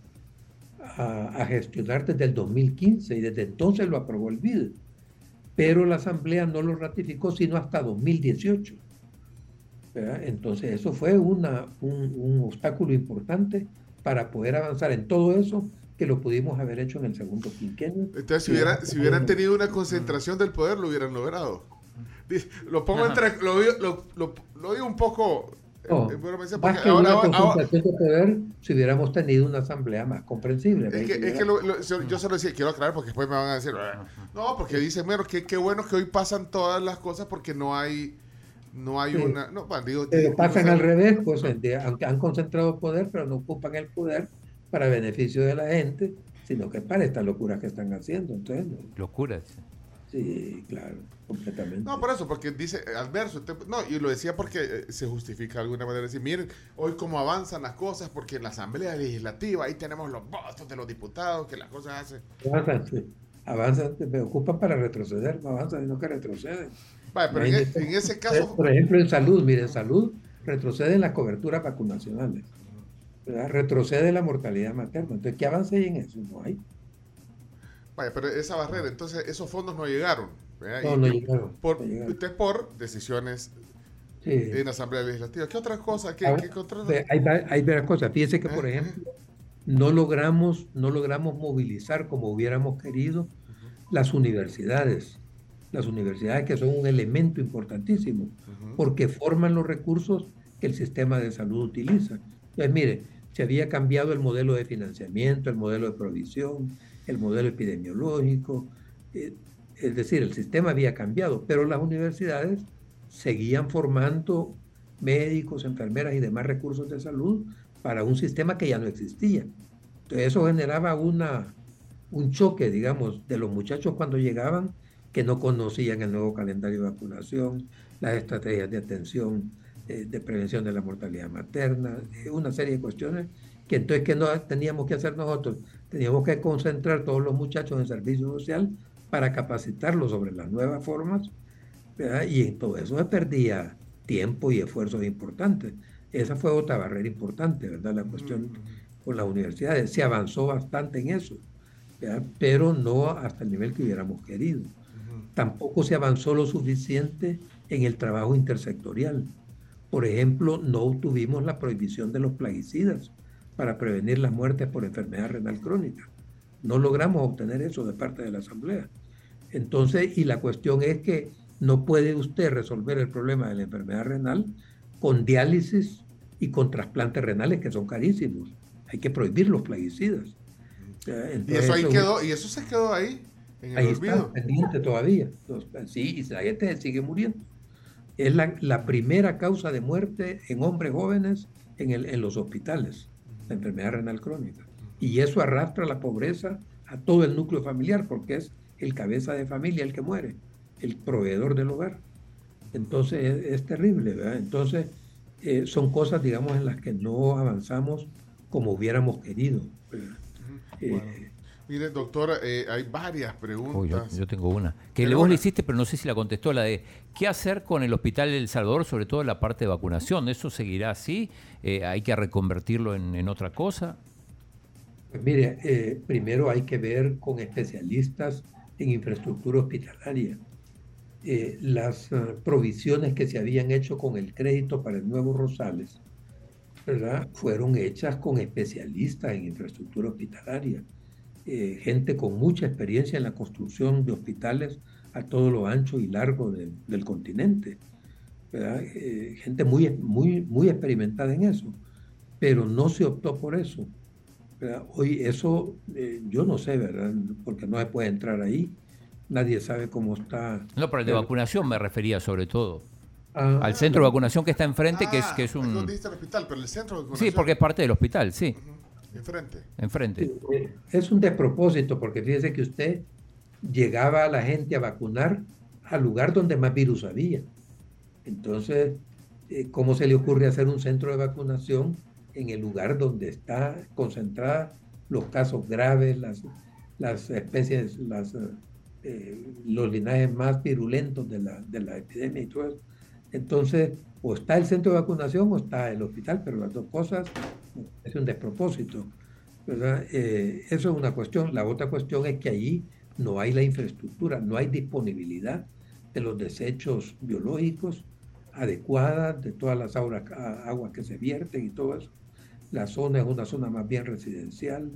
gestionar desde el 2015 y desde entonces lo aprobó el BID, pero la asamblea no lo ratificó sino hasta 2018, ¿verdad? Entonces eso fue un obstáculo importante para poder avanzar en todo eso, que lo pudimos haber hecho en el segundo quinquenio. Entonces si hubieran tenido una concentración del poder, lo hubieran logrado. Lo pongo lo digo un poco. Más que una concentración de poder, si hubiéramos tenido una asamblea más comprensible. Yo se lo decía, quiero aclarar porque después me van a decir, no, porque dicen, bueno, qué bueno que hoy pasan todas las cosas porque no hay una... No, pasan al revés, pues aunque han concentrado poder, pero no ocupan el poder para beneficio de la gente, sino que para estas locuras que están haciendo. Entonces, ¿Locuras? Sí, claro, completamente. No, por eso, porque dice adverso. Y lo decía porque se justifica de alguna manera. Decir, miren, hoy cómo avanzan las cosas, porque en la Asamblea Legislativa ahí tenemos los votos de los diputados, que las cosas hacen. Avanzan, me ocupan para retroceder, no avanzan, sino que retroceden. Vale, pero en ese caso... Por ejemplo, en salud, miren, salud retroceden las coberturas vacunacionales, ¿verdad? Retrocede la mortalidad materna. Entonces, ¿qué avance hay en eso? No hay. Vaya, pero esa barrera, entonces esos fondos no llegaron. No llegaron. Usted por decisiones en la Asamblea Legislativa. ¿Qué otras cosas? Hay varias cosas. Fíjese que, por ejemplo, no logramos movilizar como hubiéramos querido las universidades. Las universidades, que son un elemento importantísimo, porque forman los recursos que el sistema de salud utiliza. Entonces, mire, se había cambiado el modelo de financiamiento, el modelo de provisión, el modelo epidemiológico, es decir, el sistema había cambiado, pero las universidades seguían formando médicos, enfermeras y demás recursos de salud para un sistema que ya no existía. Entonces eso generaba un choque, digamos, de los muchachos cuando llegaban, que no conocían el nuevo calendario de vacunación, las estrategias de atención, de prevención de la mortalidad materna, una serie de cuestiones que entonces, ¿qué no teníamos que hacer nosotros? Teníamos que concentrar todos los muchachos en servicio social para capacitarlos sobre las nuevas formas, ¿verdad? Y en todo eso se perdía tiempo y esfuerzos importantes. Esa fue otra barrera importante, ¿verdad? La cuestión con las universidades. Se avanzó bastante en eso, ¿verdad? Pero no hasta el nivel que hubiéramos querido. Tampoco se avanzó lo suficiente en el trabajo intersectorial. Por ejemplo, no obtuvimos la prohibición de los plaguicidas para prevenir las muertes por enfermedad renal crónica. No logramos obtener eso de parte de la Asamblea. Entonces, y la cuestión es que no puede usted resolver el problema de la enfermedad renal con diálisis y con trasplantes renales, que son carísimos. Hay que prohibir los plaguicidas. Entonces, y eso ahí quedó, y eso se quedó ahí, en el olvido. Está pendiente todavía. Sí, y la gente sigue muriendo. Es la primera causa de muerte en hombres jóvenes en los hospitales, la enfermedad renal crónica. Y eso arrastra la pobreza a todo el núcleo familiar, porque es el cabeza de familia el que muere, el proveedor del hogar. Entonces es terrible, ¿verdad? Entonces son cosas, digamos, en las que no avanzamos como hubiéramos querido, ¿verdad? Bueno. Mire, doctor, hay varias preguntas. Yo tengo una. Que vos le hiciste, pero no sé si la contestó, la de ¿qué hacer con el Hospital El Salvador, sobre todo en la parte de vacunación? ¿Eso seguirá así? ¿Hay que reconvertirlo en otra cosa? Pues mire, primero hay que ver con especialistas en infraestructura hospitalaria. Las provisiones que se habían hecho con el crédito para el Nuevo Rosales, ¿verdad?, fueron hechas con especialistas en infraestructura hospitalaria. Gente con mucha experiencia en la construcción de hospitales a todo lo ancho y largo del continente, ¿verdad? Gente muy experimentada en eso, pero no se optó por eso, ¿verdad? Hoy eso, yo no sé, ¿verdad?, porque no se puede entrar ahí, nadie sabe cómo está. No, pero el de vacunación me refería sobre todo. Al centro de vacunación que está enfrente, que es un... No dijiste el hospital, pero el centro de vacunación. Sí, porque es parte del hospital, sí. Enfrente. Es un despropósito, porque fíjese que usted llegaba a la gente a vacunar al lugar donde más virus había. Entonces, ¿cómo se le ocurre hacer un centro de vacunación en el lugar donde está concentrada los casos graves, las especies, los linajes más virulentos de la epidemia y todo eso? Entonces, o está el centro de vacunación o está el hospital, pero las dos cosas es un despropósito, ¿verdad? Eso es una cuestión. La otra cuestión es que allí no hay la infraestructura, no hay disponibilidad de los desechos biológicos adecuadas, de todas las aguas que se vierten y todo eso. La zona es una zona más bien residencial.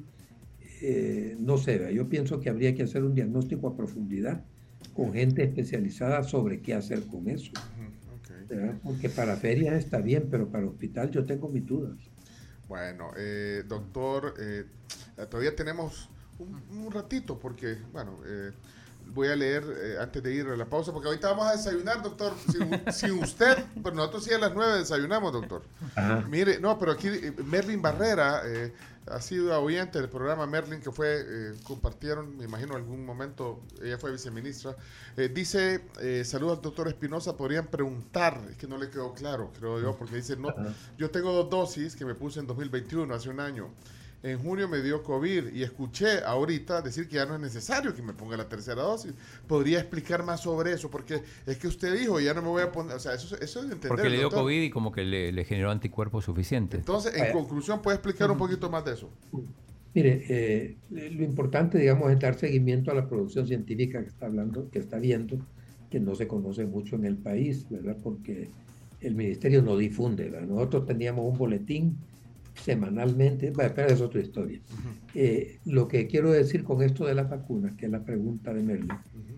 No sé, yo pienso que habría que hacer un diagnóstico a profundidad con gente especializada sobre qué hacer con eso. ¿Verdad? Porque para ferias está bien, pero para hospital yo tengo mis dudas. Bueno, doctor, todavía tenemos un ratito porque, bueno, voy a leer antes de ir a la pausa, porque ahorita vamos a desayunar, doctor, sin usted, pero nosotros sí a las 9 desayunamos, doctor. Ajá. Mire, no, pero aquí Merlin Barrera ha sido oyente del programa. Merlin, que fue, compartieron, me imagino, en algún momento, ella fue viceministra, dice, saludos al doctor Espinosa, podrían preguntar, es que no le quedó claro, creo yo, porque dice, no, yo tengo 2 dosis que me puse en 2021, hace un año. En junio me dio COVID y escuché ahorita decir que ya no es necesario que me ponga la tercera dosis. ¿Podría explicar más sobre eso? Porque es que usted dijo, ya no me voy a poner... O sea, eso es entender. Porque le dio COVID y como que le generó anticuerpos suficientes. Entonces, en conclusión, ¿puede explicar un poquito más de eso? Mire, lo importante, digamos, es dar seguimiento a la producción científica que está viendo, que no se conoce mucho en el país, ¿verdad? Porque el ministerio no difunde, ¿verdad? Nosotros teníamos un boletín semanalmente, bueno, pero es otra historia. Lo que quiero decir con esto de las vacunas, que es la pregunta de Merlin,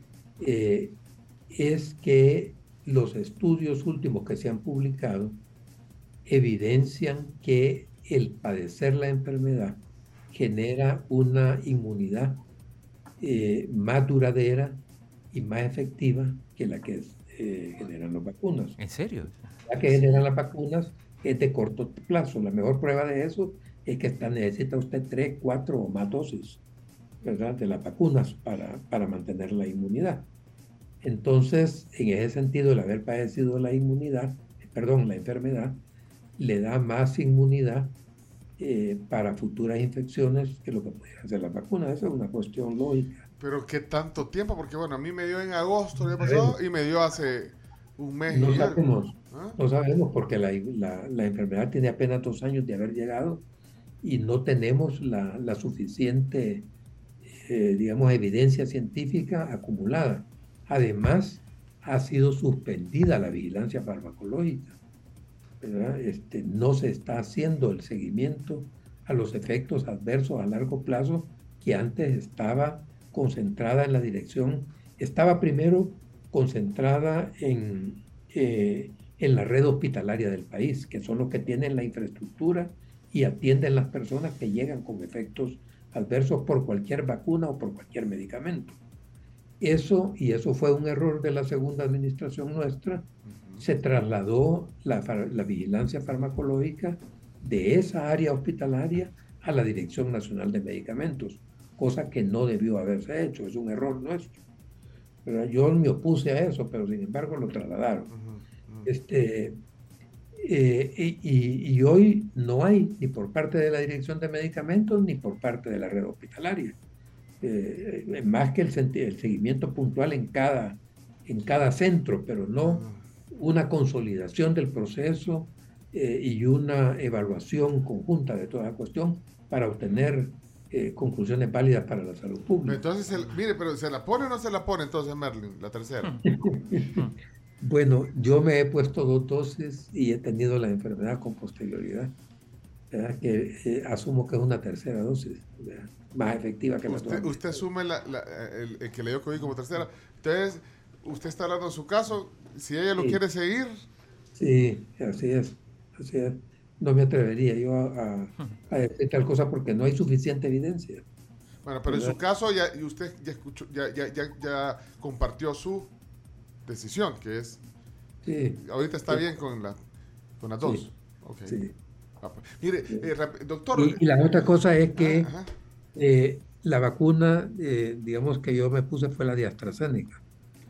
es que los estudios últimos que se han publicado evidencian que el padecer la enfermedad genera una inmunidad más duradera y más efectiva que la que generan las vacunas. ¿En serio? La que generan las vacunas es de corto plazo. La mejor prueba de eso es que necesita usted 3, 4 o más dosis, ¿verdad?, de las vacunas para mantener la inmunidad. Entonces, en ese sentido, el haber padecido la enfermedad, le da más inmunidad para futuras infecciones que lo que pudieran hacer las vacunas. Esa es una cuestión lógica. ¿Pero qué tanto tiempo? Porque, bueno, a mí me dio en agosto el año pasado y me dio hace un mes. No sabemos. No sabemos porque la enfermedad tiene apenas 2 años de haber llegado y no tenemos la suficiente, digamos, evidencia científica acumulada. Además, ha sido suspendida la vigilancia farmacológica, ¿verdad? No se está haciendo el seguimiento a los efectos adversos a largo plazo que antes estaba concentrada en la dirección, estaba primero concentrada en la red hospitalaria del país, que son los que tienen la infraestructura y atienden las personas que llegan con efectos adversos por cualquier vacuna o por cualquier medicamento. Eso fue un error de la segunda administración nuestra. Se trasladó la vigilancia farmacológica de esa área hospitalaria a la Dirección Nacional de Medicamentos. cosa que no debió haberse hecho, es un error nuestro. Pero yo me opuse a eso, pero sin embargo lo trasladaron. Y hoy no hay, ni por parte de la Dirección de Medicamentos, ni por parte de la red hospitalaria. Más que el seguimiento puntual en cada centro, pero no una consolidación del proceso y una evaluación conjunta de toda la cuestión para obtener conclusiones válidas para la salud pública. Entonces, mire, pero ¿se la pone o no se la pone entonces, Merlin, la tercera? Bueno, yo me he puesto 2 dosis y he tenido la enfermedad con posterioridad, ¿verdad? Que asumo que es una tercera dosis, ¿verdad? Más efectiva que la otra. Usted asume el que le dio COVID como tercera. Entonces, usted está hablando de su caso, si ella lo quiere seguir. Sí, así es. No me atrevería yo a decir tal cosa porque no hay suficiente evidencia. Bueno, pero en su caso usted ya escuchó, ya compartió su decisión, que es... Sí. Ahorita está bien con las dos. Sí. Okay. Sí. Mire, doctor... Y la otra cosa es que la vacuna, digamos que yo me puse fue la de AstraZeneca.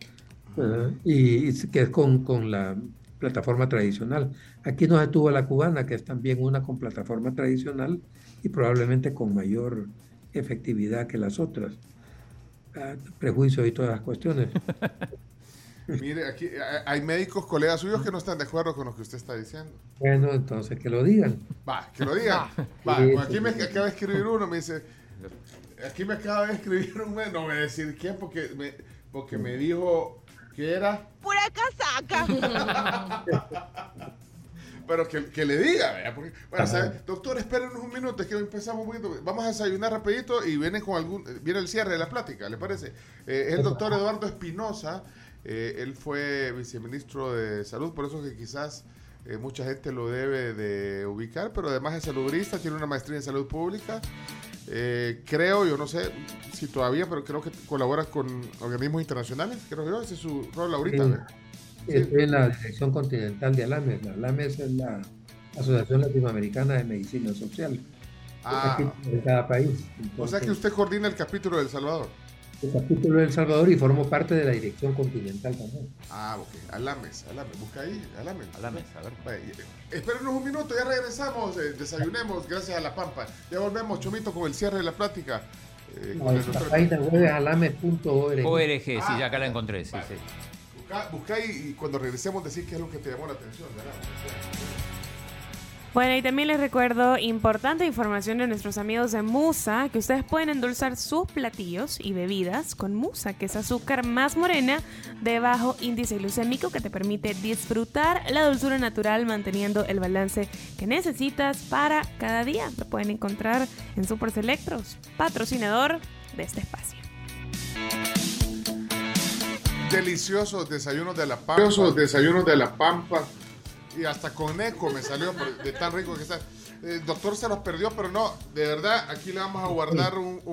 Y que es con la plataforma tradicional. Aquí no se tuvo la cubana, que es también una con plataforma tradicional y probablemente con mayor efectividad que las otras. Prejuicios y todas las cuestiones. Mire, aquí hay médicos, colegas suyos que no están de acuerdo con lo que usted está diciendo. Bueno, entonces que lo digan. Va, que lo digan. Va, Sí, aquí me acaba de escribir uno, me dice, aquí me acaba de escribir no voy a decir quién, porque me dijo que era... ¡Pura casaca! Pero que le diga, ¿verdad? Porque, bueno, ¿sabe? Doctor, espérenos un minuto, es que empezamos un poquito. Vamos a desayunar rapidito y viene el cierre de la plática, ¿le parece? Es el doctor Eduardo Espinosa. Él fue viceministro de Salud, por eso que quizás mucha gente lo debe de ubicar, pero además es salubrista, tiene una maestría en salud pública. Creo, yo no sé si todavía, pero creo que colabora con organismos internacionales, creo yo, ese es su rol ahorita. Sí. Estoy en la dirección continental de ALAMES. La ALAMES es la Asociación Latinoamericana de Medicina Social. De cada país. Entonces, o sea que usted coordina el capítulo de El Salvador. El capítulo de El Salvador y formo parte de la dirección continental también. Ok. ALAMES. Busca ahí, ALAMES. A ver. Vaya, espérenos un minuto, ya regresamos, desayunemos, gracias a La Pampa. Ya volvemos, Chomito, con el cierre de la plática. La página web es alames.org. ORG, sí, ya acá la encontré, sí. Busca ahí y cuando regresemos decir qué es lo que te llamó la atención, ¿verdad? Bueno, y también les recuerdo importante información de nuestros amigos de Musa, que ustedes pueden endulzar sus platillos y bebidas con Musa, que es azúcar más morena de bajo índice glucémico que te permite disfrutar la dulzura natural manteniendo el balance que necesitas para cada día. Lo pueden encontrar en Super Selectos, patrocinador de este espacio. Deliciosos desayunos de La Pampa. Y hasta con eco me salió de tan rico que está. El doctor se los perdió, pero no, de verdad, aquí le vamos a guardar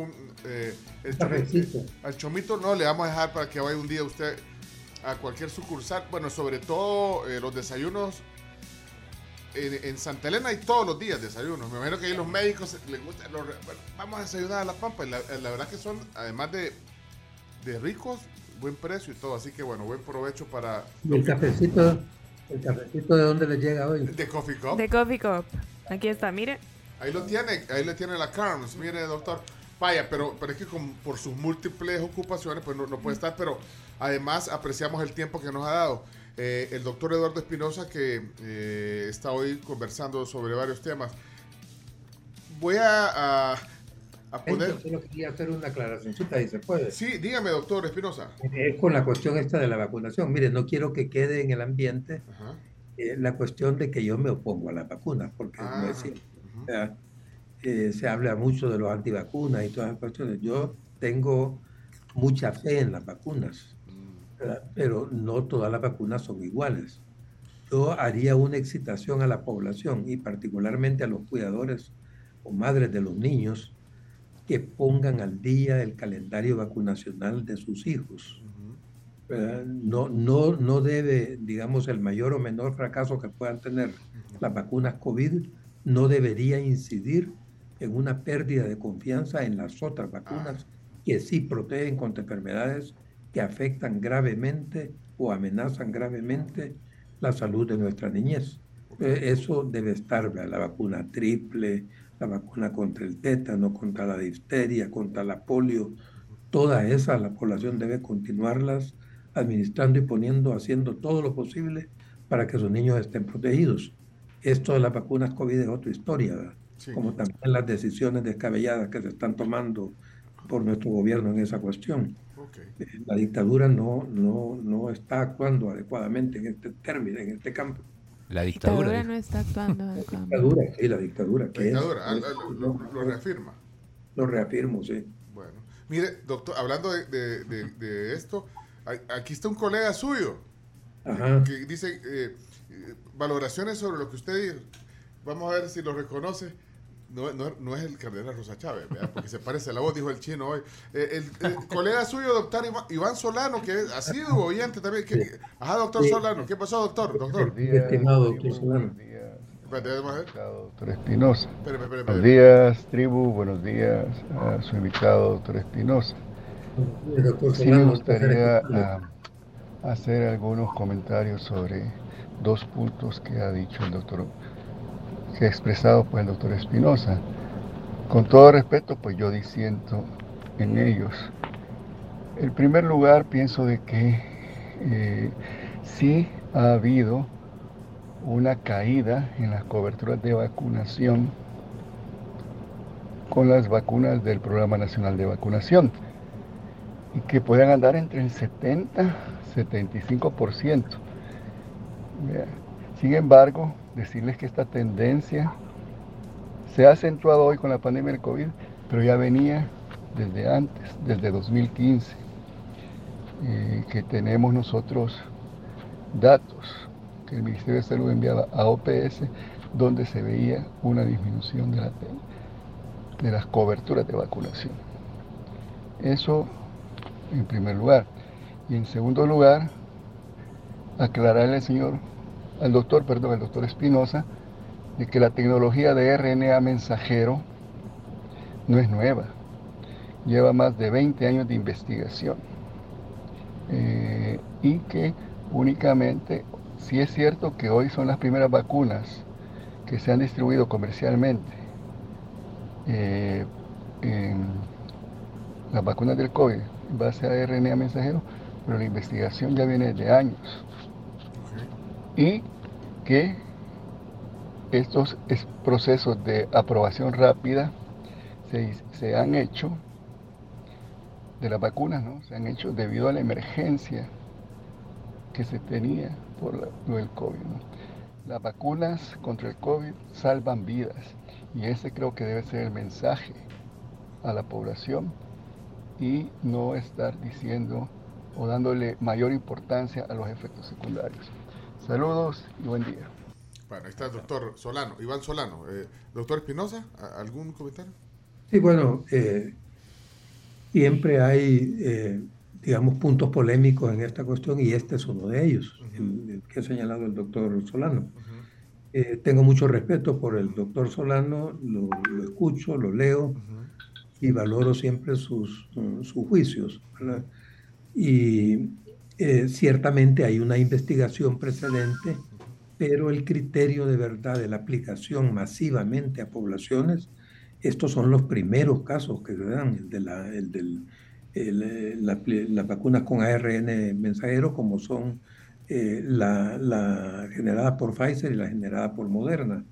al Chomito no, le vamos a dejar para que vaya un día usted a cualquier sucursal. Bueno, sobre todo los desayunos en Santa Elena hay todos los días desayunos. Me imagino que ahí los médicos les gusta. Bueno, vamos a desayunar a La Pampa. La verdad que son, además de ricos, buen precio y todo. Así que bueno, buen provecho para... ¿Y el cafecito de dónde le llega hoy? De Coffee Cup. De Coffee Cup. Aquí está, mire. Ahí le tiene la Carms, mire, doctor. Vaya, pero es que por sus múltiples ocupaciones, pues no puede estar, pero además apreciamos el tiempo que nos ha dado. El doctor Eduardo Espinosa, que está hoy conversando sobre varios temas. Voy a poner... Yo solo quería hacer una aclaracióncita, si se puede. Sí, dígame, doctor Espinosa. Es con la cuestión esta de la vacunación. Mire, no quiero que quede en el ambiente la cuestión de que yo me opongo a las vacunas, porque no es cierto. Se habla mucho de los antivacunas y todas las cuestiones. Yo tengo mucha fe en las vacunas, pero no todas las vacunas son iguales. Yo haría una excitación a la población y particularmente a los cuidadores o madres de los niños que pongan al día el calendario vacunacional de sus hijos. No debe, digamos, el mayor o menor fracaso que puedan tener las vacunas COVID, no debería incidir en una pérdida de confianza en las otras vacunas que sí protegen contra enfermedades que afectan gravemente o amenazan gravemente la salud de nuestra niñez. Eso debe estar, ¿verdad? La vacuna triple, la vacuna contra el tétano, contra la difteria, contra la polio, todas esas la población debe continuarlas administrando y haciendo todo lo posible para que sus niños estén protegidos. Esto de las vacunas COVID es otra historia, ¿verdad? Sí. Como también las decisiones descabelladas que se están tomando por nuestro gobierno en esa cuestión. Okay. La dictadura no está actuando adecuadamente en este término, en este campo. La dictadura no está actuando adecuadamente. La dictadura. La dictadura, lo reafirma. Lo reafirmo, sí. Bueno, mire, doctor, hablando de esto, aquí está un colega suyo. Ajá. Que dice valoraciones sobre lo que usted dijo. Vamos a ver si lo reconoce. No es el cardenal Rosa Chávez, ¿verdad? Porque se parece a la voz, dijo el chino hoy. El colega suyo, doctor Iván Solano, que ha sido oyente también. Ajá, doctor Solano. ¿Qué pasó, doctor? Buenos días, estimado doctor Solano. Buenos días, doctor Espinosa. Espérame. Buenos días, tribu. Buenos días a su invitado, doctor Espinosa. Sí me gustaría hacer algunos comentarios sobre dos puntos que ha dicho el doctor, que ha expresado pues el doctor Espinosa. Con todo respeto, pues yo disiento en ellos. En primer lugar, pienso de que sí ha habido una caída en las coberturas de vacunación con las vacunas del Programa Nacional de Vacunación, y que puedan andar entre el 70-75%. Sin embargo, decirles que esta tendencia se ha acentuado hoy con la pandemia del COVID, pero ya venía desde antes, desde 2015, que tenemos nosotros datos que el Ministerio de Salud enviaba a OPS, donde se veía una disminución de las coberturas de vacunación. Eso en primer lugar. Y en segundo lugar, aclararle al doctor Espinosa, de que la tecnología de RNA mensajero no es nueva, lleva más de 20 años de investigación, y que únicamente, sí es cierto que hoy son las primeras vacunas que se han distribuido comercialmente, en las vacunas del COVID en base a RNA mensajero, pero la investigación ya viene de años. Y que estos procesos de aprobación rápida se han hecho de las vacunas, ¿no? Se han hecho debido a la emergencia que se tenía por lo del COVID, ¿no? Las vacunas contra el COVID salvan vidas, y ese creo que debe ser el mensaje a la población, y no estar diciendo o dándole mayor importancia a los efectos secundarios. Saludos y buen día. Bueno, ahí está el doctor Solano, Iván Solano. Doctor Espinosa, ¿algún comentario? Sí, bueno, siempre hay, digamos, puntos polémicos en esta cuestión, y este es uno de ellos, el que ha señalado el doctor Solano. Tengo mucho respeto por el doctor Solano, lo escucho, lo leo, y valoro siempre sus juicios, ¿verdad? Y ciertamente hay una investigación precedente, pero el criterio de verdad de la aplicación masivamente a poblaciones, estos son los primeros casos que se dan, las vacunas con ARN mensajero, como son la generada por Pfizer y la generada por Moderna.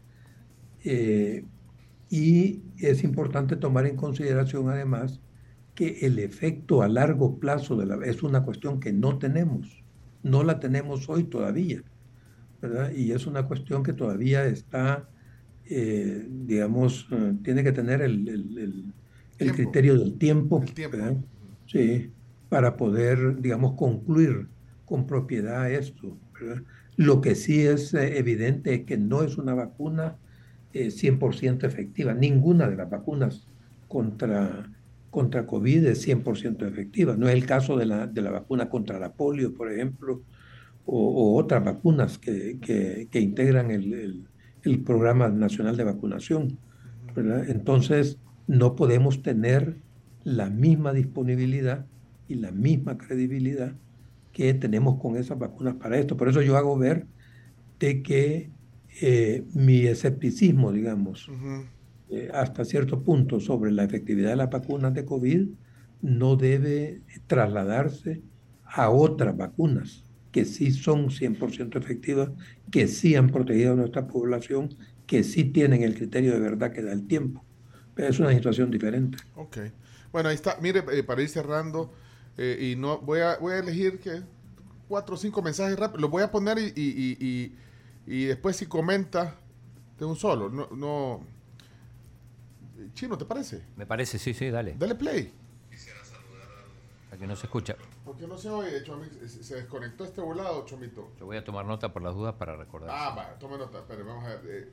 Y es importante tomar en consideración además que el efecto a largo plazo es una cuestión que no la tenemos hoy todavía, ¿verdad? Y es una cuestión que todavía está, digamos, tiene que tener el criterio del tiempo, ¿verdad? Sí, para poder, digamos, concluir con propiedad esto, ¿verdad? Lo que sí es evidente es que no es una vacuna 100% efectiva. Ninguna de las vacunas contra COVID es 100% efectiva. No es el caso de la vacuna contra la polio, por ejemplo, o otras vacunas que integran el Programa Nacional de Vacunación. ¿verdad? Entonces, no podemos tener la misma disponibilidad y la misma credibilidad que tenemos con esas vacunas para esto. Por eso yo hago ver de que mi escepticismo, digamos, hasta cierto punto sobre la efectividad de las vacunas de COVID no debe trasladarse a otras vacunas que sí son 100% efectivas, que sí han protegido a nuestra población, que sí tienen el criterio de verdad que da el tiempo. Pero es una situación diferente. Ok. Bueno, ahí está. Mire, para ir cerrando, y no voy a elegir que 4 o 5 mensajes rápidos. Los voy a poner y después si comenta de un solo. No. Chino, ¿te parece? Me parece, sí, dale. Dale play. A que no se escucha. ¿Por qué no se oye, Chomito? Se desconectó este volado, Chomito. Yo voy a tomar nota por las dudas para recordar. Va, tome nota. Espere, vamos a ver.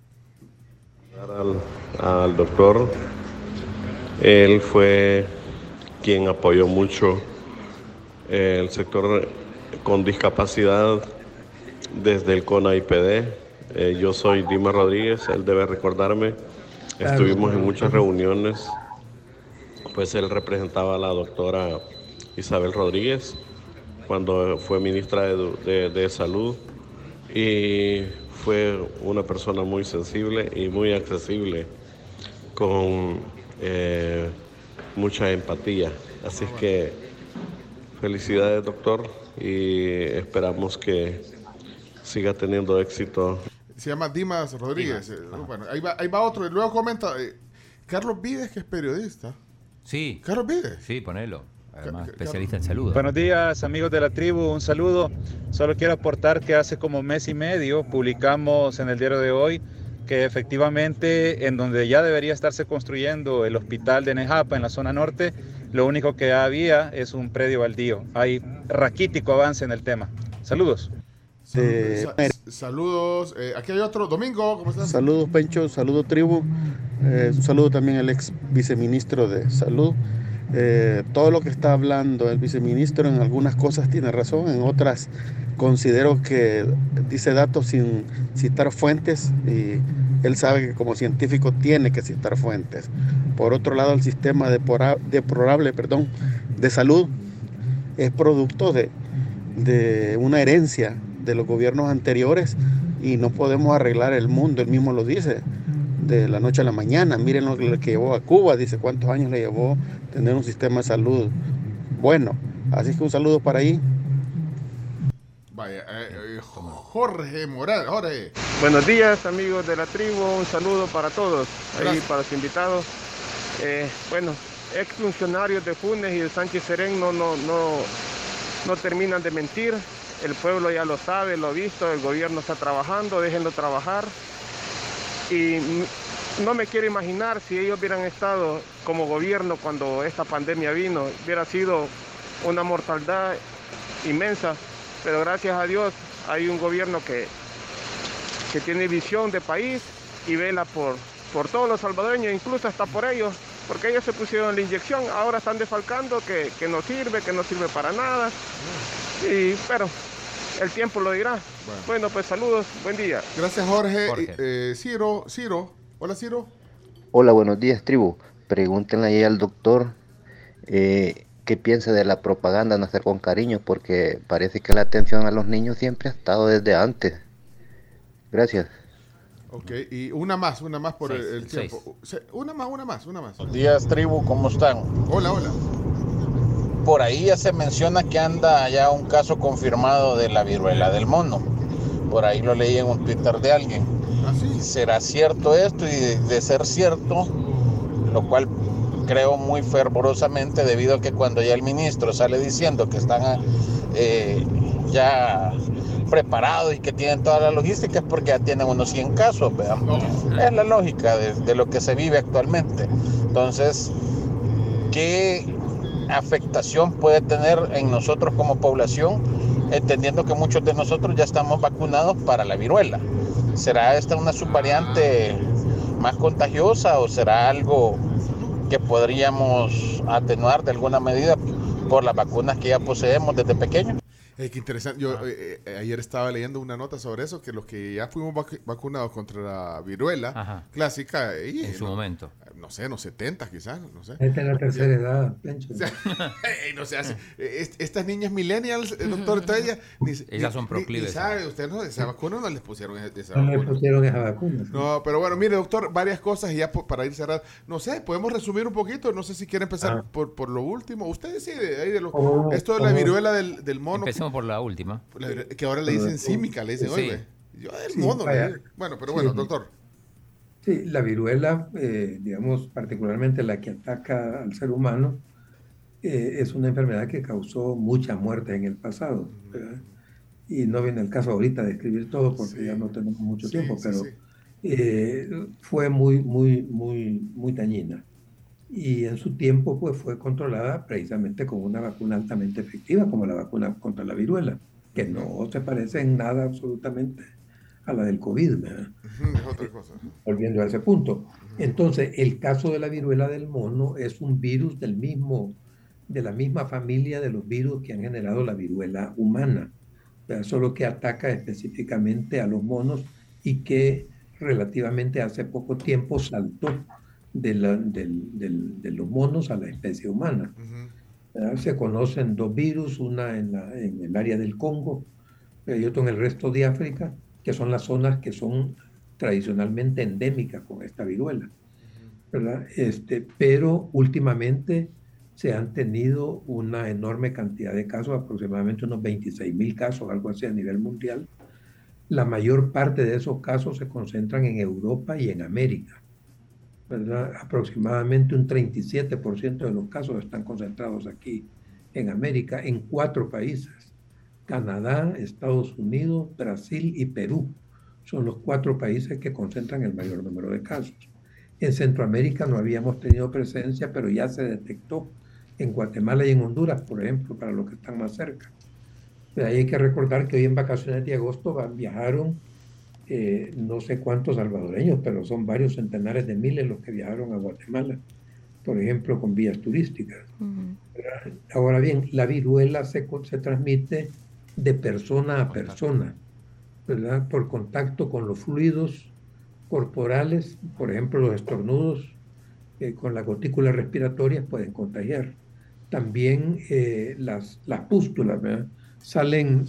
Al doctor, él fue quien apoyó mucho el sector con discapacidad desde el CONA-IPD. Yo soy Dima Rodríguez, él debe recordarme. Estuvimos en muchas reuniones, pues él representaba a la doctora Isabel Rodríguez cuando fue ministra de Salud y fue una persona muy sensible y muy accesible, con mucha empatía. Así es que felicidades, doctor, y esperamos que siga teniendo éxito. Se llama Dimas Rodríguez. Bueno, ahí va otro. Y luego comenta Carlos Vides, que es periodista. Sí. Carlos Vides. Sí, ponelo. Además, especialista en salud. Buenos días, amigos de la tribu. Un saludo. Solo quiero aportar que hace como mes y medio publicamos en el diario de hoy que efectivamente en donde ya debería estarse construyendo el hospital de Nejapa, en la zona norte, lo único que había es un predio baldío. Hay raquítico avance en el tema. Saludos. Saludos. Aquí hay otro. Domingo, ¿cómo estás? Saludos, Pencho. Saludos, tribu. Un saludo también al ex viceministro de Salud. Todo lo que está hablando el viceministro en algunas cosas tiene razón, en otras considero que dice datos sin citar fuentes y él sabe que como científico tiene que citar fuentes. Por otro lado, el sistema deplorable de salud es producto de una herencia de los gobiernos anteriores y no podemos arreglar el mundo, él mismo lo dice, de la noche a la mañana. Miren lo que llevó a Cuba, dice cuántos años le llevó tener un sistema de salud bueno. Así que un saludo para ahí. Vaya, Jorge Morales. Jorge. Buenos días, amigos de la tribu, un saludo para todos, ahí para los invitados. Bueno, exfuncionarios de Funes y de Sánchez Serén no terminan de mentir. El pueblo ya lo sabe, lo ha visto, el gobierno está trabajando, déjenlo trabajar. Y no me quiero imaginar si ellos hubieran estado como gobierno cuando esta pandemia vino, hubiera sido una mortandad inmensa, pero gracias a Dios hay un gobierno que tiene visión de país y vela por todos los salvadoreños, incluso hasta por ellos, porque ellos se pusieron la inyección, ahora están defalcando que no sirve para nada, pero el tiempo lo dirá. Bueno, pues saludos, buen día. Gracias, Jorge. Ciro. Hola, Ciro. Hola, buenos días, tribu. Pregúntenle ahí al doctor qué piensa de la propaganda Nacer con Cariño, porque parece que la atención a los niños siempre ha estado desde antes. Gracias. Ok, y una más por el tiempo. Una más. Buenos días, tribu, ¿cómo están? Hola. Por ahí ya se menciona que anda ya un caso confirmado de la viruela del mono. Por ahí lo leí en un Twitter de alguien. ¿Ah, sí? ¿Será cierto esto? Y de ser cierto, lo cual creo muy fervorosamente, debido a que cuando ya el ministro sale diciendo que están ya preparados y que tienen toda la logística, es porque ya tienen unos 100 casos, ¿verdad? Es la lógica de lo que se vive actualmente. Entonces, ¿qué afectación puede tener en nosotros como población, entendiendo que muchos de nosotros ya estamos vacunados para la viruela? ¿Será esta una subvariante más contagiosa o será algo que podríamos atenuar de alguna medida por las vacunas que ya poseemos desde pequeños? Qué interesante. Yo ayer estaba leyendo una nota sobre eso, que los que ya fuimos vacunados contra la viruela clásica... en su momento. No sé, en los 70 quizás, no sé. Esta es la tercera edad, Pencho. No se hace. Estas niñas millennials, doctor, ellas son proclives. ¿Sabe usted, no? Esa vacuna no les pusieron esa vacuna. No les pusieron esa vacuna. Sí. No, pero bueno, mire, doctor, varias cosas y ya para ir cerrando. No sé, podemos resumir un poquito. No sé si quiere empezar por lo último. Usted decide. Ahí esto de la viruela del mono. Empecemos por la última. Que ahora le dicen símica, le dicen, oye, yo del mono. Bueno, pero bueno, doctor. Sí, la viruela, digamos, particularmente la que ataca al ser humano, es una enfermedad que causó mucha muerte en el pasado, ¿verdad? Y no viene el caso ahorita de escribir todo porque ya no tenemos mucho tiempo, pero fue muy dañina. Y en su tiempo pues fue controlada precisamente con una vacuna altamente efectiva, como la vacuna contra la viruela, que no se parece en nada absolutamente a la del COVID, ¿verdad? Otra cosa. Volviendo a ese punto. Entonces, el caso de la viruela del mono es un virus de la misma familia de los virus que han generado la viruela humana, ¿verdad? Solo que ataca específicamente a los monos y que relativamente hace poco tiempo saltó de los monos a la especie humana. Se conocen dos virus, una en el área del Congo y otro en el resto de África, que son las zonas que son tradicionalmente endémicas con esta viruela, ¿verdad? Pero últimamente se han tenido una enorme cantidad de casos, aproximadamente unos 26,000 casos, algo así a nivel mundial. La mayor parte de esos casos se concentran en Europa y en América, ¿verdad? Aproximadamente un 37% de los casos están concentrados aquí en América, en 4 países. Canadá, Estados Unidos, Brasil y Perú son los 4 países que concentran el mayor número de casos. En Centroamérica no habíamos tenido presencia, pero ya se detectó en Guatemala y en Honduras, por ejemplo, para los que están más cerca. De ahí hay que recordar que hoy en vacaciones de agosto viajaron no sé cuántos salvadoreños, pero son varios centenares de miles los que viajaron a Guatemala, por ejemplo, con vías turísticas. Ahora bien, la viruela se transmite de persona a persona, ¿verdad? Por contacto con los fluidos corporales, por ejemplo, los estornudos con las gotículas respiratorias pueden contagiar. También las pústulas, ¿verdad? Salen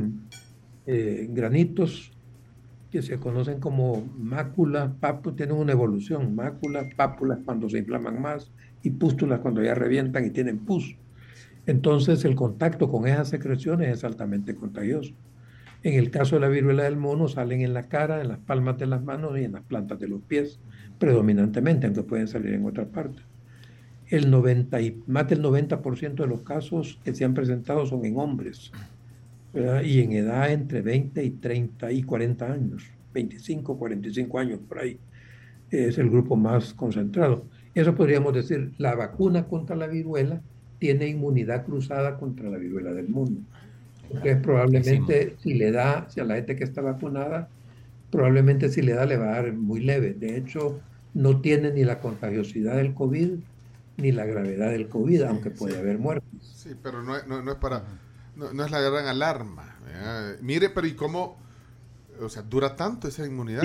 granitos que se conocen como máculas, tienen una evolución, máculas, pápulas cuando se inflaman más y pústulas cuando ya revientan y tienen pus. Entonces el contacto con esas secreciones es altamente contagioso. En el caso de la viruela del mono salen en la cara, en las palmas de las manos y en las plantas de los pies, predominantemente, aunque pueden salir en otras partes. Más del 90% de los casos que se han presentado son en hombres, ¿verdad? Y en edad entre 20 y 30 y 40 años, 25, 45 años por ahí. Es el grupo más concentrado. Eso podríamos decir, la vacuna contra la viruela tiene inmunidad cruzada contra la viruela del mono. Entonces probablemente si a la gente que está vacunada, probablemente si le da, le va a dar muy leve. De hecho, no tiene ni la contagiosidad del COVID ni la gravedad del COVID, aunque puede haber muertes. Sí, pero no es la gran alarma. Mire, pero ¿y cómo? O sea, dura tanto esa inmunidad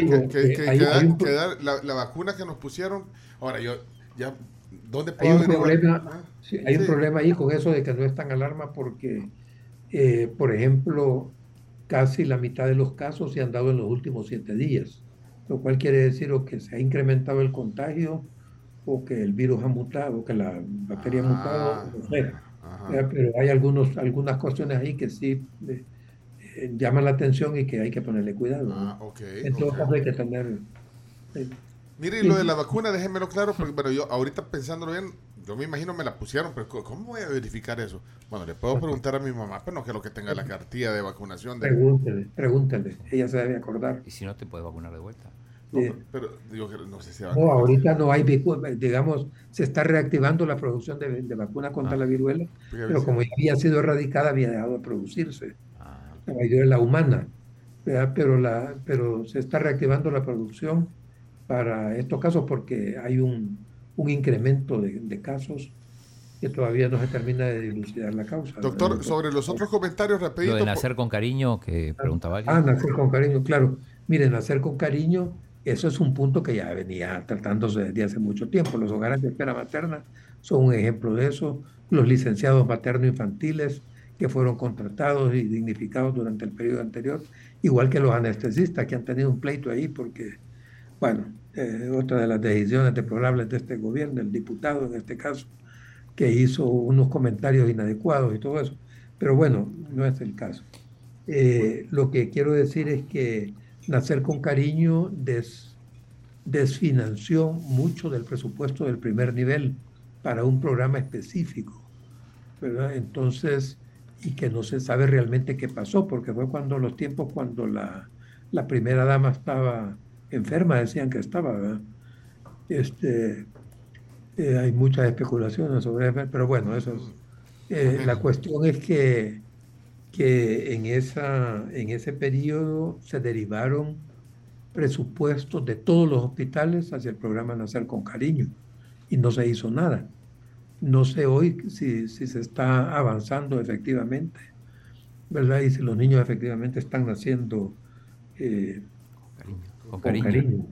la vacuna que nos pusieron. Ahora, ¿dónde puedo hay un problema ahí con eso de que no es tan alarma porque, por ejemplo, casi la mitad de los casos se han dado en los últimos 7 días, lo cual quiere decir o que se ha incrementado el contagio o que el virus ha mutado, o que la bacteria ha mutado, no sé. Pero hay algunas cuestiones ahí que sí llaman la atención y que hay que ponerle cuidado. En todo caso hay que tener... Mire, lo de la vacuna, déjenmelo claro, porque bueno, yo ahorita pensándolo bien, yo me imagino me la pusieron, pero ¿cómo voy a verificar eso? Bueno, le puedo preguntar a mi mamá, pero no quiero que tenga la cartilla de vacunación. Pregúntele, ella se debe acordar. ¿Y si no te puedes vacunar de vuelta? No, pero digo que no sé si va ahorita no hay, digamos, se está reactivando la producción de vacuna contra la viruela, pero como ya había sido erradicada, había dejado de producirse la viruela humana, ¿verdad? Pero se está reactivando la producción para estos casos porque hay un incremento de casos que todavía no se termina de dilucidar la causa. Doctor, sobre los otros comentarios, rapidito. Lo de nacer con cariño, que preguntaba alguien. Nacer con cariño, claro. Miren, nacer con cariño, eso es un punto que ya venía tratándose desde hace mucho tiempo. Los hogares de espera materna son un ejemplo de eso. Los licenciados materno-infantiles que fueron contratados y dignificados durante el periodo anterior, igual que los anestesistas que han tenido un pleito ahí porque, bueno, otra de las decisiones deplorables de este gobierno, el diputado en este caso, que hizo unos comentarios inadecuados y todo eso. Pero bueno, no es el caso. Lo que quiero decir es que Nacer con Cariño desfinanció mucho del presupuesto del primer nivel para un programa específico, ¿verdad? Entonces, y que no se sabe realmente qué pasó, porque fue cuando los tiempos cuando la primera dama estaba enferma, decían que estaba, ¿verdad? Hay muchas especulaciones sobre eso, pero bueno, eso es, la cuestión es que en ese periodo se derivaron presupuestos de todos los hospitales hacia el programa Nacer con Cariño y no se hizo nada. No sé hoy si se está avanzando efectivamente, ¿verdad? Y si los niños efectivamente están naciendo con cariño.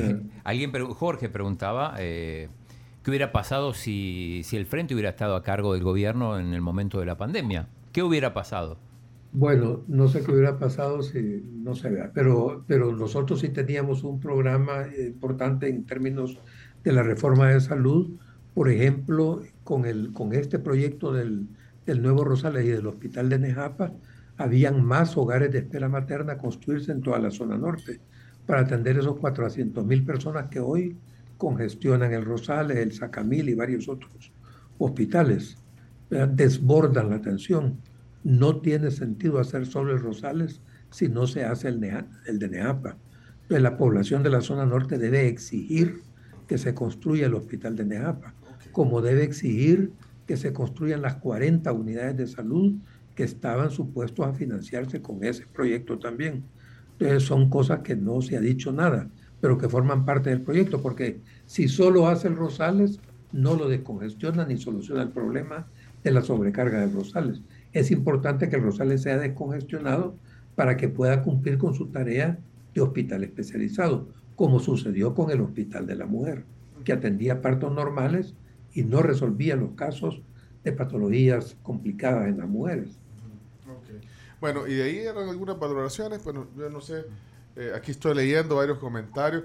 Jorge preguntaba qué hubiera pasado si el Frente hubiera estado a cargo del gobierno en el momento de la pandemia. ¿Qué hubiera pasado? Bueno, no sé qué hubiera pasado si no se vea, pero nosotros sí teníamos un programa importante en términos de la reforma de salud. Por ejemplo, con este proyecto del Nuevo Rosales y del Hospital de Nejapa, habían más hogares de espera materna a construirse en toda la zona norte para atender esos 400,000 personas que hoy congestionan el Rosales, el Sacamil y varios otros hospitales. Desbordan la atención. No tiene sentido hacer solo el Rosales si no se hace el de Nejapa. Entonces, la población de la zona norte debe exigir que se construya el hospital de Nejapa, como debe exigir que se construyan las 40 unidades de salud que estaban supuestos a financiarse con ese proyecto también. Entonces son cosas que no se ha dicho nada, pero que forman parte del proyecto, porque si solo hace el Rosales, no lo descongestiona ni soluciona el problema de la sobrecarga del Rosales. Es importante que el Rosales sea descongestionado para que pueda cumplir con su tarea de hospital especializado, como sucedió con el Hospital de la Mujer, que atendía partos normales y no resolvía los casos de patologías complicadas en las mujeres. Okay. Bueno, y de ahí eran algunas valoraciones. Bueno, yo no sé, aquí estoy leyendo varios comentarios.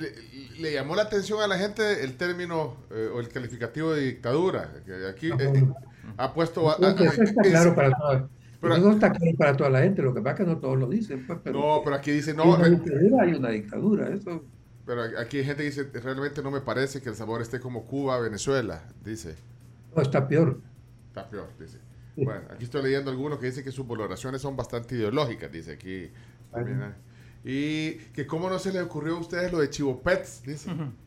Le llamó la atención a la gente el término o el calificativo de dictadura, que aquí ha puesto... Eso está claro para toda, pero no está claro para toda la gente, lo que pasa es que no todos lo dicen. Pues, pero aquí dice... No, hay una dictadura, eso... Pero aquí hay gente que dice, realmente no me parece que El Salvador esté como Cuba, Venezuela, dice. No, está peor. Está peor, dice. Sí. Bueno, aquí estoy leyendo algunos que dicen que sus valoraciones son bastante ideológicas, dice aquí. También, y que cómo no se les ocurrió a ustedes lo de Chivo Pets, dice.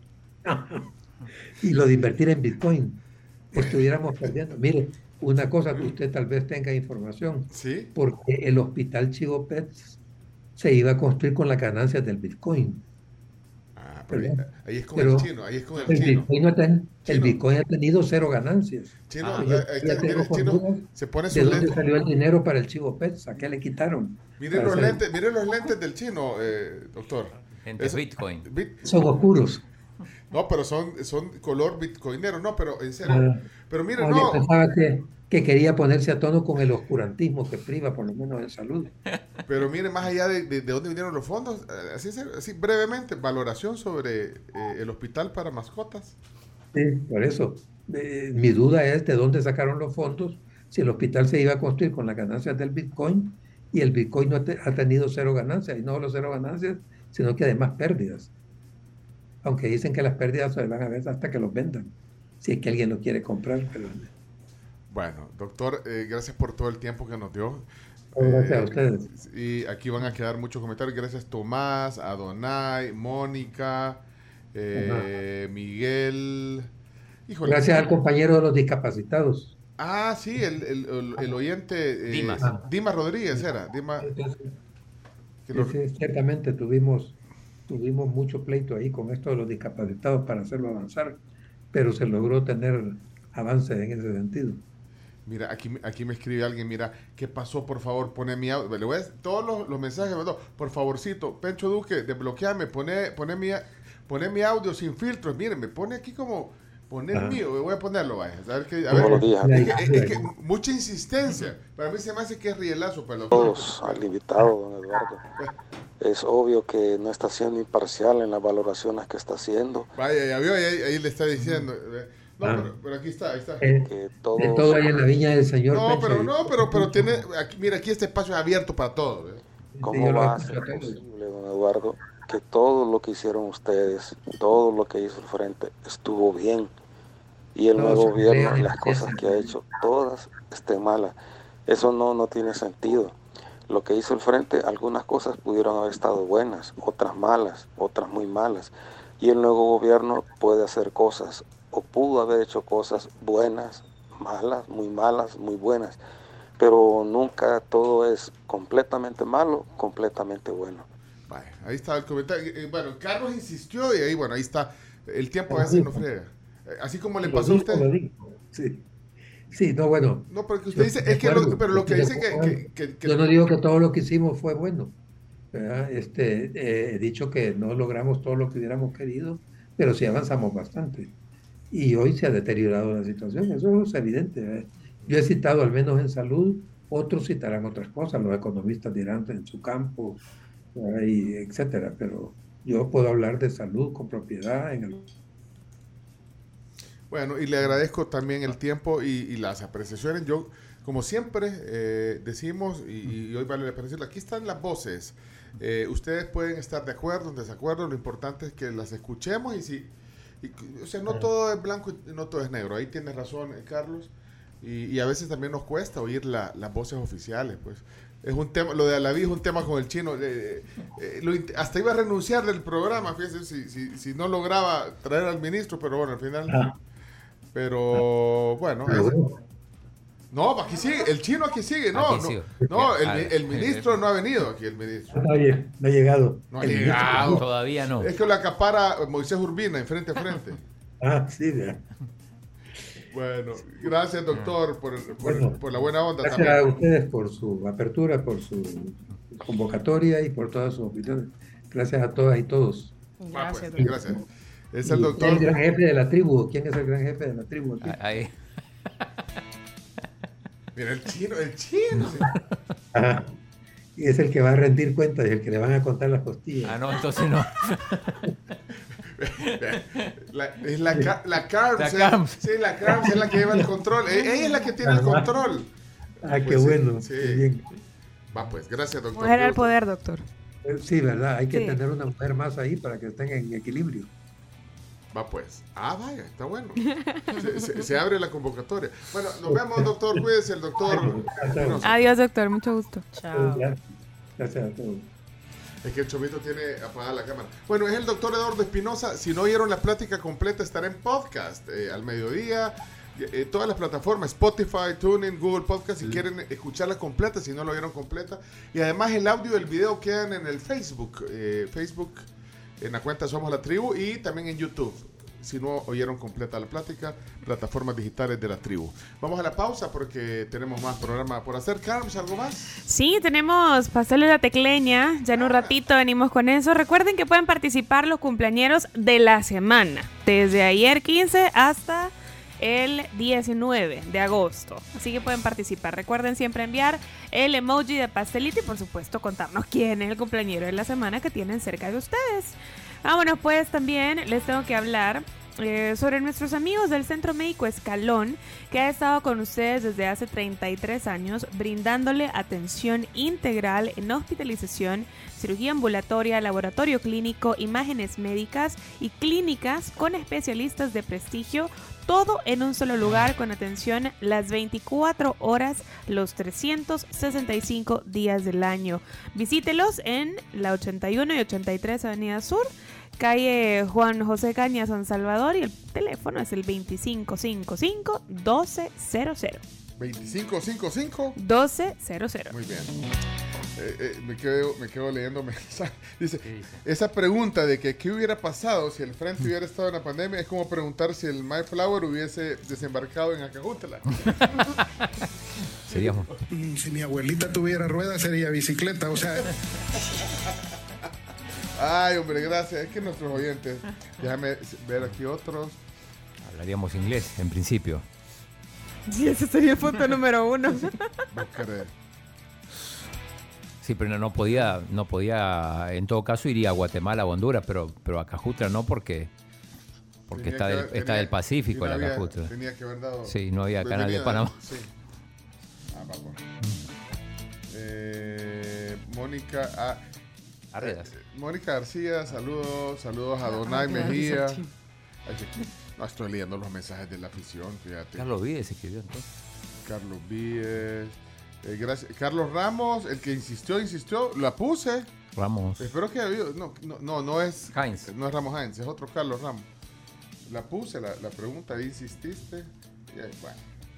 Y lo de invertir en Bitcoin. Estuviéramos perdiendo. Mire, una cosa que usted tal vez tenga información. ¿Sí? Porque el hospital Chivo Pets se iba a construir con las ganancias del Bitcoin. Pero ahí es con el chino, ahí es con el chino. El Bitcoin ha tenido cero ganancias. Chino, el chino se pone sus ¿De dónde salió el dinero para el Chivo Pets? ¿A qué le quitaron? Miren los lentes del chino, doctor. Lentes Bitcoin. Son oscuros. No, pero son color bitcoinero, no, pero en serio. Pero miren, no. Pensaba que quería ponerse a tono con el oscurantismo que priva por lo menos en salud. Pero miren, más allá de dónde vinieron los fondos, así brevemente, valoración sobre el hospital para mascotas. Sí, por eso. Mi duda es de dónde sacaron los fondos, si el hospital se iba a construir con las ganancias del Bitcoin, y el Bitcoin no ha tenido cero ganancias, y no solo cero ganancias, sino que además pérdidas. Aunque dicen que las pérdidas se van a ver hasta que los vendan, si es que alguien lo quiere comprar. Pero... Bueno, doctor, gracias por todo el tiempo que nos dio. Gracias a ustedes. Y aquí van a quedar muchos comentarios. Gracias Tomás, Adonai, Mónica, Miguel. Híjole. Gracias al compañero de los discapacitados. Ah, sí, el oyente Dimas Rodríguez era. Sí, ciertamente tuvimos mucho pleito ahí con esto de los discapacitados para hacerlo avanzar, pero se logró tener avances en ese sentido. Mira, aquí me escribe alguien, mira, ¿qué pasó? Por favor, pone mi audio. Le voy a decir todos los mensajes, por favorcito, Pencho Duque, desbloqueame, pone mi audio sin filtros. Miren, me pone aquí como, pone el mío, voy a ponerlo, vaya. A ver, es que mucha insistencia. Para mí se me hace que es rielazo, pero todos al invitado, don Eduardo. Es obvio que no está siendo imparcial en las valoraciones que está haciendo. Vaya, ya vio, ahí le está diciendo. No, pero aquí está, ahí está. De todo hay en la viña del Señor. Pero tiene, mira, aquí este espacio es abierto para todos. ¿Cómo va a ser posible, don Eduardo, que todo lo que hicieron ustedes, todo lo que hizo el Frente, estuvo bien? Y el nuevo gobierno, las cosas que ha hecho, todas estén malas. Eso no tiene sentido. Lo que hizo el Frente, algunas cosas pudieron haber estado buenas, otras malas, otras muy malas. Y el nuevo gobierno puede hacer cosas, o pudo haber hecho cosas buenas, malas, muy buenas. Pero nunca todo es completamente malo, completamente bueno. Vale, ahí está el comentario. Bueno, Carlos insistió y ahí, bueno, ahí está. El tiempo a veces no friega. Así como le pasó a usted. Sí, no, bueno. No, pero que usted dice, es que pero lo que dice que yo no digo que todo lo que hicimos fue bueno, ¿verdad? He dicho que no logramos todo lo que hubiéramos querido, pero sí avanzamos bastante. Y hoy se ha deteriorado la situación, eso es evidente, ¿verdad? Yo he citado al menos en salud, otros citarán otras cosas, los economistas dirán en su campo, y etcétera, pero yo puedo hablar de salud con propiedad en el... Bueno, y le agradezco también el tiempo y las apreciaciones. Yo, como siempre, decimos, y hoy vale la pena decirlo, aquí están las voces. Ustedes pueden estar de acuerdo, en desacuerdo, lo importante es que las escuchemos o sea, no todo es blanco y no todo es negro. Ahí tiene razón, Carlos. Y a veces también nos cuesta oír las voces oficiales, pues. Es un tema, lo de Alaví es un tema con el chino. Hasta iba a renunciar del programa, fíjese, si no lograba traer al ministro, pero bueno, al final... Pero bueno, no, aquí sigue, el chino aquí sigue, el ministro no ha venido aquí, el ministro. No ha llegado. No ha llegado. Todavía no. Es que lo acapara Moisés Urbina en frente a frente. Sí, mira. Bueno, gracias doctor por la buena onda. Gracias también a ustedes por su apertura, por su convocatoria y por todas sus opiniones. Gracias a todas y todos. Gracias. Gracias. Es el doctor. El gran jefe de la tribu. ¿Quién es el gran jefe de la tribu aquí? Ahí. Mira, el chino. Ajá. Y es el que va a rendir cuentas y el que le van a contar las costillas. No, entonces no. Es la Carms. Sí, la Carms es la que lleva el control. Ella es la que tiene el control. Qué bueno. Sí. Qué bien. Va pues, gracias doctor. Mujer al poder, doctor. Sí, ¿verdad? Hay que tener una mujer más ahí para que estén en equilibrio. Va pues. Vaya, está bueno. Se abre la convocatoria. Bueno, nos vemos, doctor. Cuídese, el doctor. Adiós, doctor. Mucho gusto. Chao. Gracias a todos. Es que el Chomito tiene apagada la cámara. Bueno, es el doctor Eduardo Espinosa. Si no oyeron la plática completa, estará en podcast al mediodía. Todas las plataformas, Spotify, TuneIn, Google Podcast, si quieren escucharla completa, si no la oyeron completa. Y además el audio y el video quedan en el Facebook. En la cuenta Somos la Tribu y también en YouTube. Si no oyeron completa la plática, plataformas digitales de la tribu. Vamos a la pausa porque tenemos más programa por hacer. Carms, ¿algo más? Sí, tenemos Pastel de la Tecleña. Ya en un ratito venimos con eso. Recuerden que pueden participar los cumpleañeros de la semana. Desde ayer 15 hasta el 19 de agosto. Así que pueden participar. Recuerden siempre enviar el emoji de pastelito y por supuesto contarnos quién es el cumpleañero de la semana que tienen cerca de ustedes. Vámonos pues, también les tengo que hablar sobre nuestros amigos del Centro Médico Escalón, que ha estado con ustedes desde hace 33 años, brindándole atención integral en hospitalización, cirugía ambulatoria, laboratorio clínico, imágenes médicas y clínicas con especialistas de prestigio, todo en un solo lugar con atención las 24 horas, los 365 días del año. Visítelos en la 81 y 83 Avenida Sur, calle Juan José Caña, San Salvador, y el teléfono es el 2555-1200. 2555 1200. Muy bien. Me quedo leyendo mensajes. Dice, esa pregunta de que qué hubiera pasado si el Frente hubiera estado en la pandemia es como preguntar si el Mayflower hubiese desembarcado en Acajutla. Seríamos. Si mi abuelita tuviera ruedas sería bicicleta, o sea. Ay, hombre, gracias. Es que nuestros oyentes, déjame ver aquí otros. Hablaríamos inglés, en principio. Sí, ese sería el punto número 1. Sí, pero no podía, en todo caso iría a Guatemala o Honduras, pero a Cajutla no porque está del Pacífico la Cajutla. Tenía que haber dado. Sí, no había canal de Panamá. Sí. Vamos. Mónica Arredas. Mónica García, saludos a Donay Mejía. No estoy leyendo los mensajes de la afición, fíjate. Carlos Víez escribió entonces. Carlos Víez. Gracias. Carlos Ramos, el que insistió, la puse. Ramos. Espero que no es Heinz. No es Ramos Heinz, es otro Carlos Ramos. La puse, la pregunta, ahí insististe. Y ahí, bueno.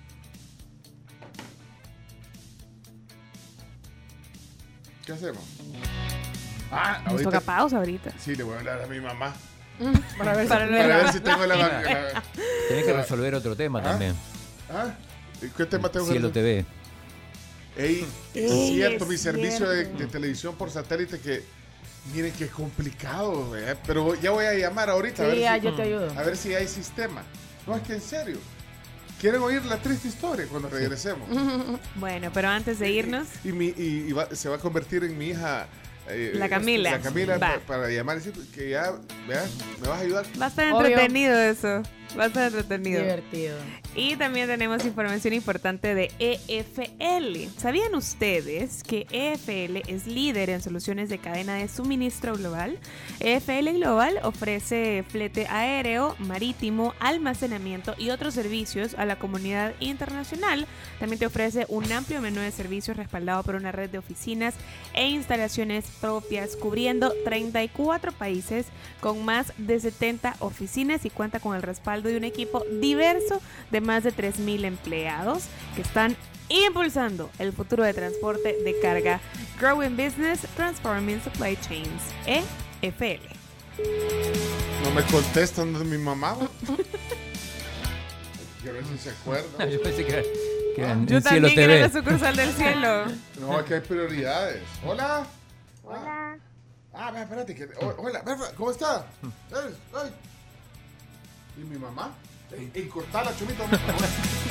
¿Qué hacemos? Nos toca pausa ahorita. Sí, le voy a hablar a mi mamá. Para ver si tengo la Tienes que resolver otro tema también. ¿Qué tema tengo que Cielo TV. Es cierto, mi servicio de televisión por satélite que miren que es complicado, pero ya voy a llamar ahorita yo te ayudo. A ver si hay sistema. No, es que en serio. ¿Quieren oír la triste historia cuando regresemos? Bueno, pero antes de irnos... Se va a convertir en mi hija... la Camila. La Camila para llamar y decir que ya, me vas a ayudar. Va a estar entretenido eso. Va a estar entretenido. Divertido. Y también tenemos información importante de EFL. ¿Sabían ustedes que EFL es líder en soluciones de cadena de suministro global? EFL Global ofrece flete aéreo, marítimo, almacenamiento y otros servicios a la comunidad internacional. También te ofrece un amplio menú de servicios respaldado por una red de oficinas e instalaciones propias cubriendo 34 países con más de 70 oficinas y cuenta con el respaldo de un equipo diverso de más de 3,000 empleados que están impulsando el futuro de transporte de carga. Growing Business, Transforming Supply Chains. EFL. No me contestan de mi mamá. Quiero ver si se acuerdan. Yo pensé que era en Yo Cielo también TV. era la sucursal del cielo. No, aquí hay prioridades. Hola. Hola. Espérate. Hola, ¿cómo está? ¿Y mi mamá? Cortala, Chumito.